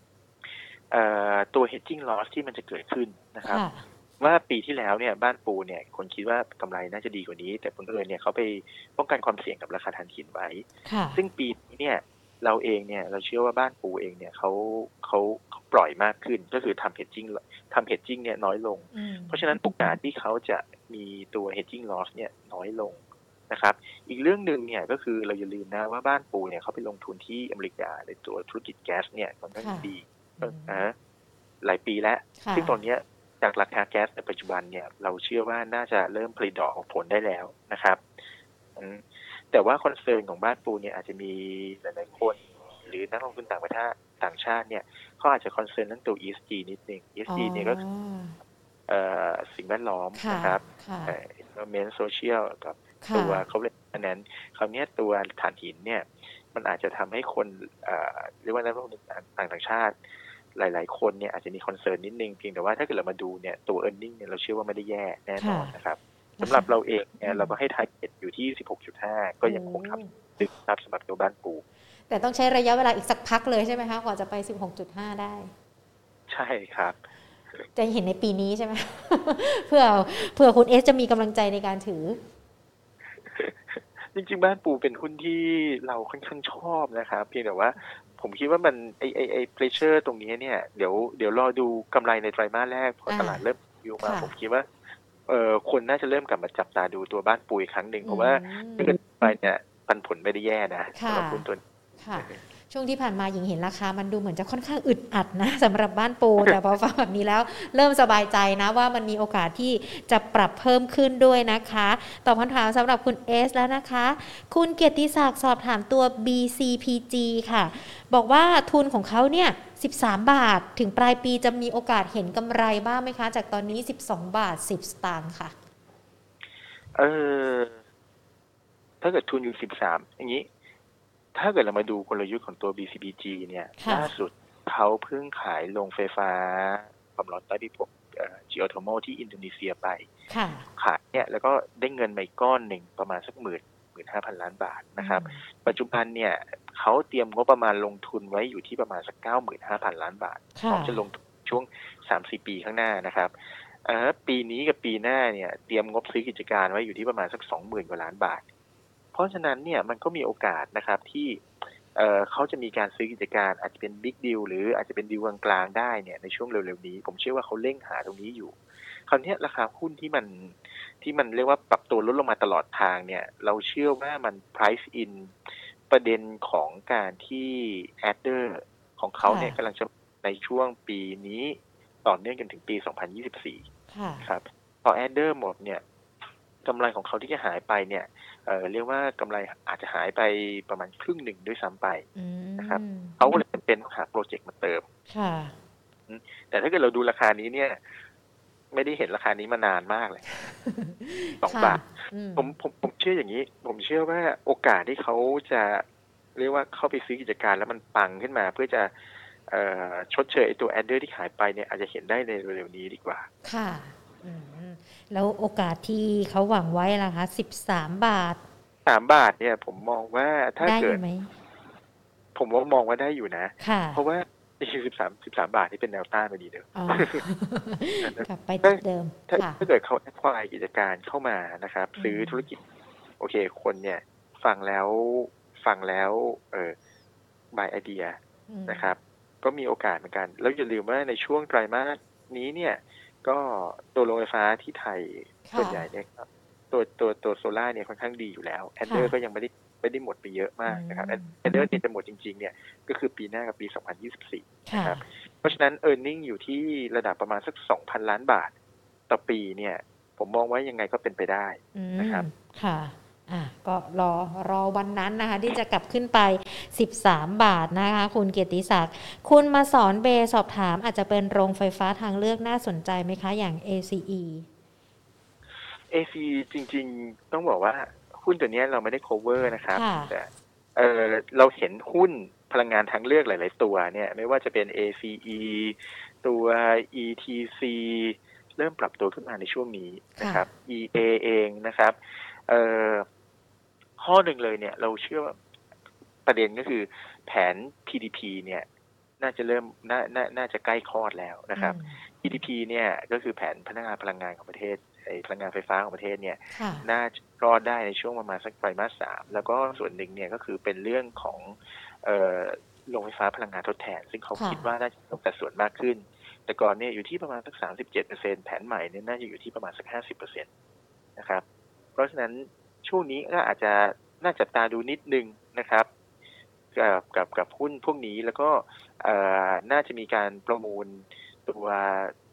ตัว hedging loss ที่มันจะเกิดขึ้นนะครับว่าปีที่แล้วเนี่ยบ้านปูเนี่ยคนคิดว่ากำไรน่าจะดีกว่านี้แต่ผลเอิญเนี่ยเขาไปป้องกันความเสี่ยงกับราคาถ่านหินไว้ซึ่งปีนี้เนี่ยเราเองเนี่ยเราเชื่อว่าบ้านปูเองเนี่ยเขาเขาปล่อยมากขึ้นก็คือทำ hedging ทำ hedging เนี่ยน้อยลงเพราะฉะนั้นโอกาสที่เขาจะมีตัว hedging loss เนี่ยน้อยลงนะครับอีกเรื่องนึงเนี่ยก็คือเราอย่าลืมนะว่าบ้านปูเนี่ยเขาไปลงทุนที่อเมริกาในตัวธุรกิจแก๊สเนี่ยค่อนข้างดีนะหลายปีแล้วซึ่งตอนนี้จากราคาแก๊สในปัจจุบันเนี่ยเราเชื่อว่าน่าจะเริ่มผลิตดอกออกผลได้แล้วนะครับแต่ว่าคอนเซิร์นของบ้านปูเนี่ยอาจจะมีหลายๆคนหรือนักลงทุนต่างประเทศต่างชาติเนี่ยเขาอาจจะคอนเซิร์นเรื่องตัว อี เอส จี นิดนึง อี เอส จี เนี่ยก็สิ่งแวดล้อมนะครับ environment social กับตัวเขาเรียกอันนั้นคราวนี้ตัวถ่านหินเนี่ยมันอาจจะทำให้คนเอ่อเรียกว่านักลงทุนต่างต่างชาติหลายๆคนเนี่ยอาจจะมีคอนเซิร์นนิดนึงเพียงแต่ว่าถ้าเกิดเรามาดูเนี่ยตัว earning เนี่ยเราเชื่อว่าไม่ได้แย่แน่นอนนะครับสำหรับเราเองเนี่ยเราก็ให้ target อยู่ที่ สิบหกจุดห้า ก็ยังคงทำตึกครับสำหรับตัวบ้านปูแต่ต้องใช้ระยะเวลาอีกสักพักเลยใช่ไหมคะกว่าจะไป สิบหกจุดห้า ได้ใช่ครับจะเห็นในปีนี้ใช่ไหม เพื่อเพื่อคุณเอสจะมีกำลังใจในการถือจริงๆบ้านปูเป็นหุ้นที่เราค่อนข้างชอบนะครับเพียงแต่ว่าผมคิดว่ามันไอไอไอเพรสเชอร์ตรงนี้เนี่ยเดี๋ยวเดี๋ยวรอดูกำไรในไตรมาสแรกพอตลาดเริ่มอยู่มาผมคิดว่าเออคนน่าจะเริ่มกลับมาจับตาดูตัวบ้านปูอีกครั้งหนึ่งเพราะว่าถ้าเกิดไปเนี่ยปันผลไม่ได้แย่นะสำหรับหุ้นตัวนี้ช่วงที่ผ่านมาหญิงเห็นราคามันดูเหมือนจะค่อนข้างอึดอัดนะสำหรับบ้านปูแต่พอฟังแบบนี้แล้วเริ่มสบายใจนะว่ามันมีโอกาสที่จะปรับเพิ่มขึ้นด้วยนะคะตอบคำถามสำหรับคุณเอสแล้วนะคะคุณเกียรติศักดิ์สอบถามตัว บี ซี พี จี ค่ะบอกว่าทุนของเขาเนี่ยสิบสามบาทถึงปลายปีจะมีโอกาสเห็นกำไรบ้างไหมคะจากตอนนี้สิบสองบาทสิบสตางค์ค่ะเออถ้าเกิดทุนอยู่สิบสามอย่างนี้ถ้าเกิดเรามาดูกลยุทธ์ของตัว บี ซี พี จี เนี่ยล่าสุดเขาเพิ่งขายโรงไฟฟ้าความร้อนใต้พิภพจิโอโทโมที่อินโดนีเซียไปขายเนี่ยแล้วก็ได้เงินมาอีกก้อนหนึ่งประมาณสักหมื่นหมื่นห้าพันล้านบาทนะครับปัจจุบันเนี่ยเขาเตรียมงบประมาณลงทุนไว้อยู่ที่ประมาณสักเก้าหมื่นห้าพันล้านบาทพร้อมจะลงช่วง สามถึงสี่ ปีข้างหน้านะครับปีนี้กับปีหน้าเนี่ยเตรียมงบซื้อกิจการไว้อยู่ที่ประมาณสัก สองหมื่น กว่าล้านบาทเพราะฉะนั้นเนี่ยมันก็มีโอกาสนะครับที่เอ่อเขาจะมีการซื้อกิจการอาจจะเป็นบิ๊กดีลหรืออาจจะเป็นดีลกลางๆได้เนี่ยในช่วงเร็วๆนี้ผมเชื่อว่าเขาเร่งหาตรงนี้อยู่คราวนี้ราคาหุ้นที่มันที่มันเรียกว่าปรับตัวลดลงมาตลอดทางเนี่ยเราเชื่อว่ามัน price in ประเด็นของการที่ adder ของเขาเนี่ยกำลังจะในช่วงปีนี้ต่อเนื่องจนถึงปีสองพันยี่สิบสี่ครับพอ adder หมดเนี่ยกำไรของเขาที่จะหายไปเนี่ยเอ่อเรียกว่ากำไรอาจจะหายไปประมาณครึ่งหนึ่งด้วยซ้ำไปนะครับเขาเลยเป็นหาโปรเจกต์มาเติมแต่ถ้าเกิดเราดูราคานี้เนี่ยไม่ได้เห็นราคานี้มานานมากเลยสองบาทผมผมผมเชื่ออย่างนี้ผมเชื่อว่าโอกาสที่เขาจะเรียกว่าเข้าไปซื้อกิจการแล้วมันปังขึ้นมาเพื่อจะเอ่อชดเชยไอ้ตัวแอดเดอร์ที่ขายไปเนี่ยอาจจะเห็นได้ในเร็วๆนี้ดีกว่าค่ะแล้วโอกาสที่เขาหวังไว้ล่ะคะสิบสามบาทสามบาทเนี่ยผมมองว่าถ้าเกิดผมว่ามองว่าได้อยู่นะเพราะว่าสิบสาม สิบสามบาทที่เป็นแนวต้านมาดีเดิมกลับไปเดิมถ้าเกิดเขาแอคควายกิจการเข้ามานะครับซื้อธุรกิจโอเคคนเนี่ยฟังแล้วฟังแล้วเออบายไอเดียนะครับก็มีโอกาสเหมือนกันแล้วอย่าลืมว่าในช่วงไตรมาสนี้เนี่ยก็ตัวโรงไฟฟ้าที่ไทยส่วนใหญ่เนี่ยตัวตัวตัวโซล่าเนี่ยค่อนข้างดีอยู่แล้วแอดเดอร์ก็ยังไม่ได้ไม่ได้หมดไปเยอะมากนะครับแอดเดอร์เนี่ยจะหมดจริงๆเนี่ยก็คือปีหน้ากับปีสองพันยี่สิบสี่นะครับเพราะฉะนั้น earning อยู่ที่ระดับประมาณสัก สองพัน ล้านบาทต่อปีเนี่ยผมมองว่ายังไงก็เป็นไปได้นะครับค่ะอ่ะก็รอรอวันนั้นนะคะที่จะกลับขึ้นไปสิบสามบาทนะคะคุณเกียรติศักดิ์คุณมาสอนเบสอบถามอาจจะเป็นโรงไฟฟ้าทางเลือกน่าสนใจไหมคะอย่าง เอ ซี อีเอ ซี จริงๆต้องบอกว่าหุ้นตัวนี้เราไม่ได้ cover นะครับแต่เออเราเห็นหุ้นพลังงานทางเลือกหลายๆตัวเนี่ยไม่ว่าจะเป็น เอ ซี อี ตัว อี ที ซี เริ่มปรับตัวขึ้นมาในช่วงนี้นะครับ อี เอ เองนะครับเอ่อข้อหนึ่งเลยเนี่ยเราเชื่อว่าประเด็นก็คือแผน พี ดี พี เนี่ยน่าจะเริ่มน่าน่าน่าจะใกล้คลอดแล้วนะครับ พี ดี พี เนี่ยก็คือแผนพัฒนาพลังงานของประเทศไอ้พลังงานไฟฟ้าของประเทศเนี่ยน่าจะรอดได้ในช่วงประมาณสักไตรมาสสามแล้วก็ส่วนหนึ่งเนี่ยก็คือเป็นเรื่องของเอ่อโรงไฟฟ้าพลังงานทดแทนซึ่งเขาคิดว่าน่าจะต้องสัดส่วนมากขึ้นแต่ก่อนเนี่ยอยู่ที่ประมาณสัก สามสิบเจ็ดเปอร์เซ็นต์ แผนใหม่เนี่ยน่าจะอยู่ที่ประมาณสัก ห้าสิบเปอร์เซ็นต์ นะครับเพราะฉะนั้นช่วงนี้ก็อาจจะน่าจับตาดูนิดนึงนะครับกับกับกับหุ้นพวกนี้แล้วก็น่าจะมีการประมูลตัว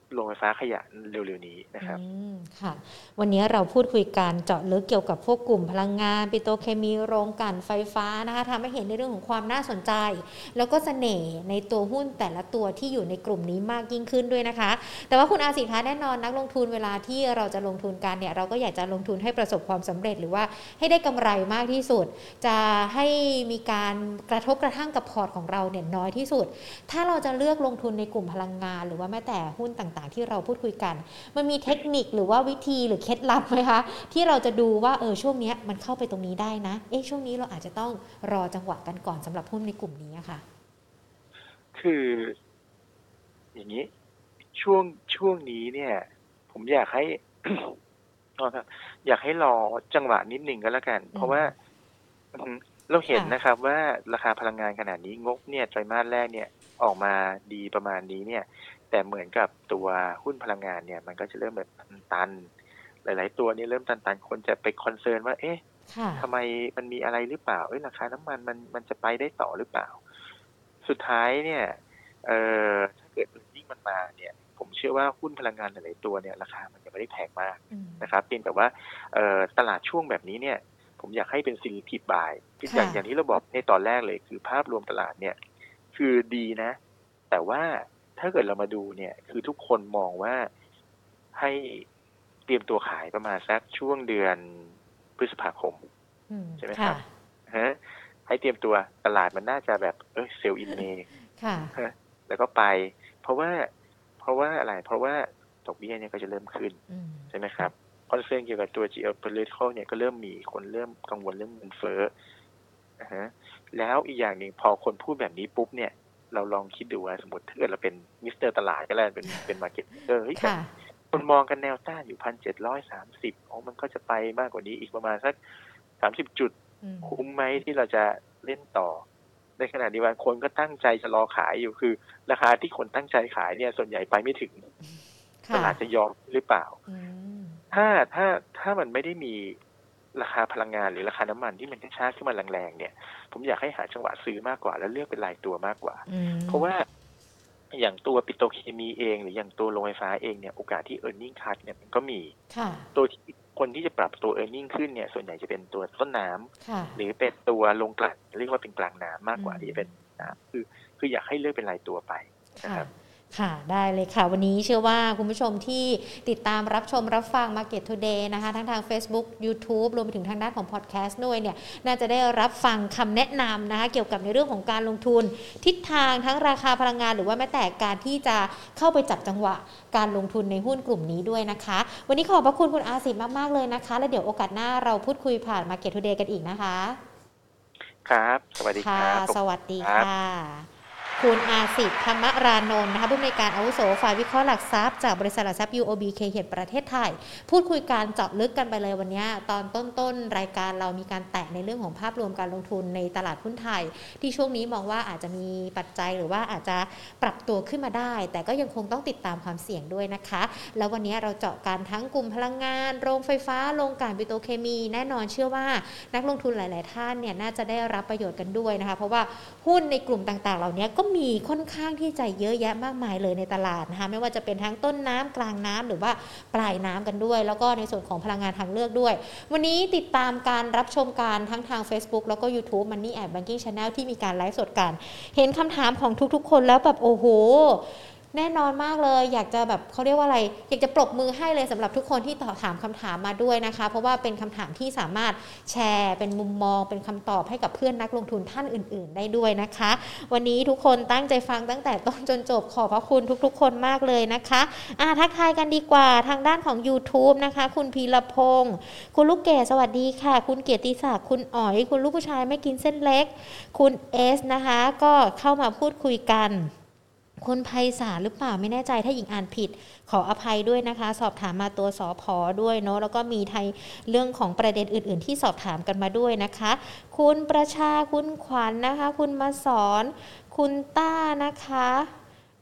โรงไฟฟ้าขยะเร็วๆนี้นะครับค่ะวันนี้เราพูดคุยกันเจาะลึกเกี่ยวกับพวกกลุ่มพลังงานปิโตรเคมีโรงกลั่นไฟฟ้านะคะทำให้เห็นในเรื่องของความน่าสนใจแล้วก็เสน่ห์ในตัวหุ้นแต่ละตัวที่อยู่ในกลุ่มนี้มากยิ่งขึ้นด้วยนะคะแต่ว่าคุณอาสิทธิ์คะแน่นอนนักลงทุนเวลาที่เราจะลงทุนกันเนี่ยเราก็อยากจะลงทุนให้ประสบความสำเร็จหรือว่าให้ได้กำไรมากที่สุดจะให้มีการกระทบกระทั่งกับพอร์ตของเราเนี่ยน้อยที่สุดถ้าเราจะเลือกลงทุนในกลุ่มพลังงานหรือว่าแม้แต่หุ้นต่างๆที่เราพูดคุยกันมันมีเทคนิคหรือว่าวิธีหรือเคล็ดลับไหมคะที่เราจะดูว่าเออช่วงนี้มันเข้าไปตรงนี้ได้นะเอ๊ะช่วงนี้เราอาจจะต้องรอจังหวะกันก่อนสำหรับหุ้นในกลุ่มนี้ค่ะคืออย่างนี้ช่วงช่วงนี้เนี่ยผมอยากให้ อยากให้รอจังหวะนิดหนึ่งก็แล้วกันเพราะว่าเราเห็นนะครับว่าราคาพลังงานขนาดนี้งบเนี่ยไตรมาสแรกเนี่ยออกมาดีประมาณนี้เนี่ยแต่เหมือนกับตัวหุ้นพลังงานเนี่ยมันก็จะเริ่มแบบตันหลายๆตัวนี่เริ่มตันๆคนจะไปคอนเซิร์นว่าเอ๊ะทำไมมันมีอะไรหรือเปล่าเอ้ยราคาน้ำมันมันมันจะไปได้ต่อหรือเปล่าสุดท้ายเนี่ยเอ่อถ้าเกิดยิ่งมันมาเนี่ยผมเชื่อว่าหุ้นพลังงานหลายๆตัวเนี่ยราคามันยังไม่ได้แพงมากนะครับเพียงแต่ว่าเอ่อตลาดช่วงแบบนี้เนี่ยผมอยากให้เป็น selective buy คืออย่างอย่างที่เราบอกในตอนแรกเลยคือภาพรวมตลาดเนี่ยคือดีนะแต่ว่าถ้าเกิดเรามาดูเนี่ยคือทุกคนมองว่าให้เตรียมตัวขายประมาณสักช่วงเดือนพฤษภาคมใช่ไหมครับฮะให้เตรียมตัวตลาดมันน่าจะแบบเออเซลล์อินเมย์แล้วก็ไปเพราะว่าเพราะว่าอะไรเพราะว่าดอกเบี้ยเนี่ยก็จะเริ่มขึ้นใช่ไหมครับคอนเซิร์นเกี่ยวกับตัว geopolitical เนี่ยก็เริ่มมีคนเริ่มกังวลเรื่องเงินเฟ้อนะฮะแล้วอีกอย่างหนึ่งพอคนพูดแบบนี้ปุ๊บเนี่ยเราลองคิดดูว่าสมมติถ้าเกิดเราเป็นมิสเตอร์ตลาดก็แล้วเป็นเป็นมาร์เก็ตเตอร์เฮ้ยคนมองกันแนวต้านอยู่ หนึ่งพันเจ็ดร้อยสามสิบ อ๋อมันก็จะไปมากกว่านี้อีกประมาณสักสามสิบจุดคุ้มไหมที่เราจะเล่นต่อในขณะเดียวกันคนก็ตั้งใจจะรอขายอยู่คือราคาที่คนตั้งใจขายเนี่ยส่วนใหญ่ไปไม่ถึงตลาดจะยอมหรือเปล่าถ้าถ้าถ้ามันไม่ได้มีราคาพลังงานหรือราคาน้ำมันที่มันกระชากขึ้นมาแรงๆเนี่ยผมอยากให้หาจังหวะซื้อมากกว่าแล้วเลือกเป็นรายตัวมากกว่าเพราะว่าอย่างตัวปิโตรเคมีเองหรืออย่างตัวโรงไฟฟ้าเองเนี่ยโอกาสที่ earning cut เนี่ยมันก็มีตัวที่คนที่จะปรับตัว earning ขึ้นเนี่ยส่วนใหญ่จะเป็นตัวต้นน้ำหรือเป็นตัวโรงกลั่นเรียกว่าเป็นกลางน้ำมากกว่าที่จะเป็นน้ำคือคืออยากให้เลือกเป็นรายตัวไปนะครับค่ะได้เลยค่ะวันนี้เชื่อว่าคุณผู้ชมที่ติดตามรับชมรับฟัง Market Today นะคะทั้งทาง Facebook YouTube รวมไปถึงทางด้านของ Podcast ด้วยเนี่ยน่าจะได้รับฟังคำแนะนำนะคะเกี่ยวกับในเรื่องของการลงทุนทิศทางทั้งราคาพลังงานหรือว่าแม้แต่การที่จะเข้าไปจับจังหวะการลงทุนในหุ้นกลุ่มนี้ด้วยนะคะวันนี้ขอบพระคุณคุณอาสิทธิ์มากๆเลยนะคะและเดี๋ยวโอกาสหน้าเราพูดคุยผ่าน Market Today กันอีกนะคะครับสวัสดีครับสวัสดีค่ะคุณอาสิทธิ์ธรรมรานนท์นะคะผู้อำนวยการอาวุโสฝ่ายวิเคราะห์หลักทรัพย์จากบริษัทหลักทรัพย์ ยู โอ บี เค เฮดประเทศไทยพูดคุยการเจาะลึกกันไปเลยวันนี้ตอนต้นๆรายการเรามีการแตะในเรื่องของภาพรวมการลงทุนในตลาดหุ้นไทยที่ช่วงนี้มองว่าอาจจะมีปัจจัยหรือว่าอาจจะปรับตัวขึ้นมาได้แต่ก็ยังคงต้องติดตามความเสี่ยงด้วยนะคะแล้ววันนี้เราเจาะกันทั้งกลุ่มพลังงานโรงไฟฟ้าโรงกลั่นปิโตรเคมีแน่นอนเชื่อว่านักลงทุนหลายๆท่านเนี่ยน่าจะได้รับประโยชน์กันด้วยนะคะเพราะว่าหุ้นในกลุ่มต่างๆเหล่านี้ก็มีค่อนข้างที่จะเยอะแยะมากมายเลยในตลาดนะคะไม่ว่าจะเป็นทั้งต้นน้ำกลางน้ำหรือว่าปลายน้ำกันด้วยแล้วก็ในส่วนของพลังงานทางเลือกด้วยวันนี้ติดตามการรับชมการทั้งทาง Facebook แล้วก็ YouTube Money and Banking Channel ที่มีการไลฟ์สดกันเห็นคำถามของทุกๆคนแล้วแบบโอ้โหแน่นอนมากเลยอยากจะแบบเขาเรียกว่าอะไรอยากจะปรบมือให้เลยสำหรับทุกคนที่ตอบถามคำถามมาด้วยนะคะเพราะว่าเป็นคำถามที่สามารถแชร์เป็นมุมมองเป็นคำตอบให้กับเพื่อนนักลงทุนท่านอื่นๆได้ด้วยนะคะวันนี้ทุกคนตั้งใจฟังตั้งแต่ต้นจนจบขอบพระคุณทุกๆคนมากเลยนะคะอ่ะทักทายกันดีกว่าทางด้านของ YouTube นะคะคุณพีรพงศ์คุณลูกเกดสวัสดีค่ะคุณเกียรติศักดิ์คุณอ๋อยคุณลูกผู้ชายไม่กินเส้นเล็กคุณเอสนะคะก็เข้ามาพูดคุยกันคุณไพศาลหรือเปล่าไม่แน่ใจถ้าหญิงอ่านผิดขออภัยด้วยนะคะสอบถามมาตัวสผด้วยเนาะแล้วก็มีไทยเรื่องของประเด็นอื่นๆที่สอบถามกันมาด้วยนะคะคุณประชาคุณขวัญ น, นะคะคุณมาสอนคุณต้านะคะ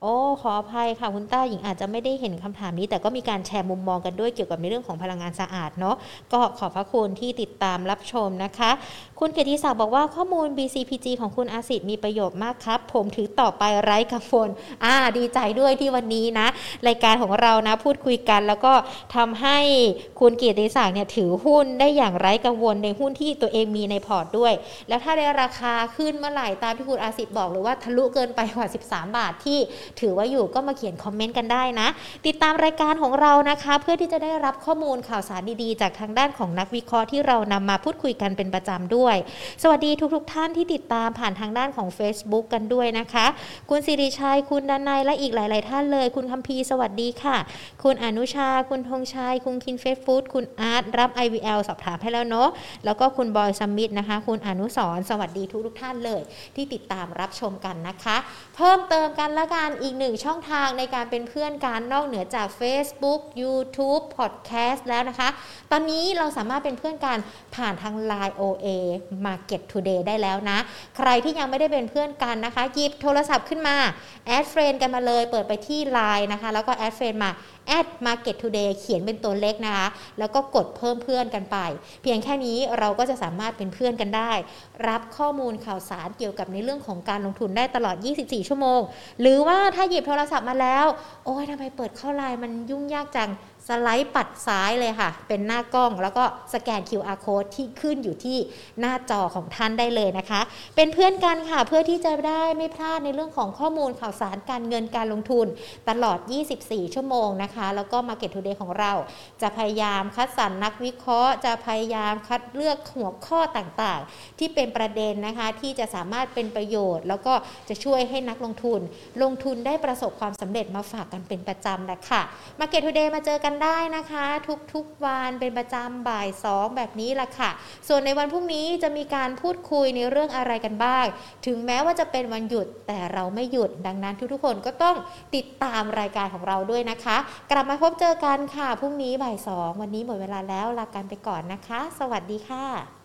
โอ้ขออภัยค่ะคุณต้าหญิงอาจจะไม่ได้เห็นคำถามนี้แต่ก็มีการแชร์มุมมองกันด้วยเกี่ยวกับในเรื่องของพลังงานสะอาดเนาะก็ขอบพระคุณที่ติดตามรับชมนะคะคุณเกียรติศักดิ์บอกว่าข้อมูล บี ซี พี จี ของคุณอาสิทธิ์มีประโยชน์มากครับผมถือต่อไปไร้กังวลอ่าดีใจด้วยที่วันนี้นะรายการของเรานะพูดคุยกันแล้วก็ทำให้คุณเกียรติศักดิ์เนี่ยถือหุ้นได้อย่างไร้กังวลในหุ้นที่ตัวเองมีในพอร์ตด้วยแล้วถ้าได้ราคาขึ้นเมื่อไหร่ตามที่คุณอาสิทธิ์บอกหรือว่าทะลุเกินไปกว่าสิบสามบาทที่ถือว่าอยู่ก็มาเขียนคอมเมนต์กันได้นะติดตามรายการของเรานะคะเพื่อที่จะได้รับข้อมูลข่าวสารดีๆจากทางด้านของนักวิเคราะห์ที่เรานำมาพูดคุยกันเป็นประจำด้วยสวัสดีทุกๆท่านที่ติดตามผ่านทางด้านของ Facebook กันด้วยนะคะคุณสิริชัยคุณดนัยและอีกหลายๆท่านเลยคุณคัมพีสวัสดีค่ะคุณอนุชาคุณธงชัยคุณคินเฟสฟู้ดคุณอาร์ตรับ ไอ วี แอล สอบถามให้แล้วเนาะแล้วก็คุณบอยซัมมิตนะคะคุณอนุสรณ์สวัสดีทุกๆท่านเลยที่ติดตามรับชมกันนะคะเพิ่มเติมกันละกันอีกหนึ่งช่องทางในการเป็นเพื่อนกันนอกเหนือจาก Facebook YouTube Podcast แล้วนะคะตอนนี้เราสามารถเป็นเพื่อนกันผ่านทาง ไลน์ โอ เอ Market Today ได้แล้วนะใครที่ยังไม่ได้เป็นเพื่อนกันนะคะหยิบโทรศัพท์ขึ้นมาแอดเฟรนด์กันมาเลยเปิดไปที่ ไลน์ นะคะแล้วก็แอดเฟรนด์มาแอด Market Today เขียนเป็นตัวเล็กนะคะแล้วก็กดเพิ่มเพื่อนกันไปเพียงแค่นี้เราก็จะสามารถเป็นเพื่อนกันได้รับข้อมูลข่าวสารเกี่ยวกับในเรื่องของการลงทุนได้ตลอดยี่สิบสี่ชั่วโมงหรือว่าถ้าหยิบโทรศัพท์มาแล้วโอ้ยทำไมเปิดเข้า ไลน์ มันยุ่งยากจังสไลด์ปัดซ้ายเลยค่ะเป็นหน้ากล้องแล้วก็สแกน คิว อาร์ Code ที่ขึ้นอยู่ที่หน้าจอของท่านได้เลยนะคะเป็นเพื่อนกันค่ะเพื่อที่จะได้ไม่พลาดในเรื่องของข้อมูลข่าวสารการเงินการลงทุนตลอดยี่สิบสี่ชั่วโมงนะคะแล้วก็ Market Today ของเราจะพยายามคัดสรรนักวิเคราะห์จะพยายามคัดเลือกหัวข้อต่างๆที่เป็นประเด็นนะคะที่จะสามารถเป็นประโยชน์แล้วก็จะช่วยให้นักลงทุนลงทุนได้ประสบความสำเร็จมาฝากกันเป็นประจำแหละค่ะ Market Today มาเจอกันได้นะคะทุกๆวันเป็นประจำบ่ายสองแบบนี้แหละค่ะส่วนในวันพรุ่งนี้จะมีการพูดคุยในเรื่องอะไรกันบ้างถึงแม้ว่าจะเป็นวันหยุดแต่เราไม่หยุดดังนั้นทุกๆคนก็ต้องติดตามรายการของเราด้วยนะคะกลับมาพบเจอกันค่ะพรุ่งนี้บ่ายสองวันนี้หมดเวลาแล้วลากันไปก่อนนะคะสวัสดีค่ะ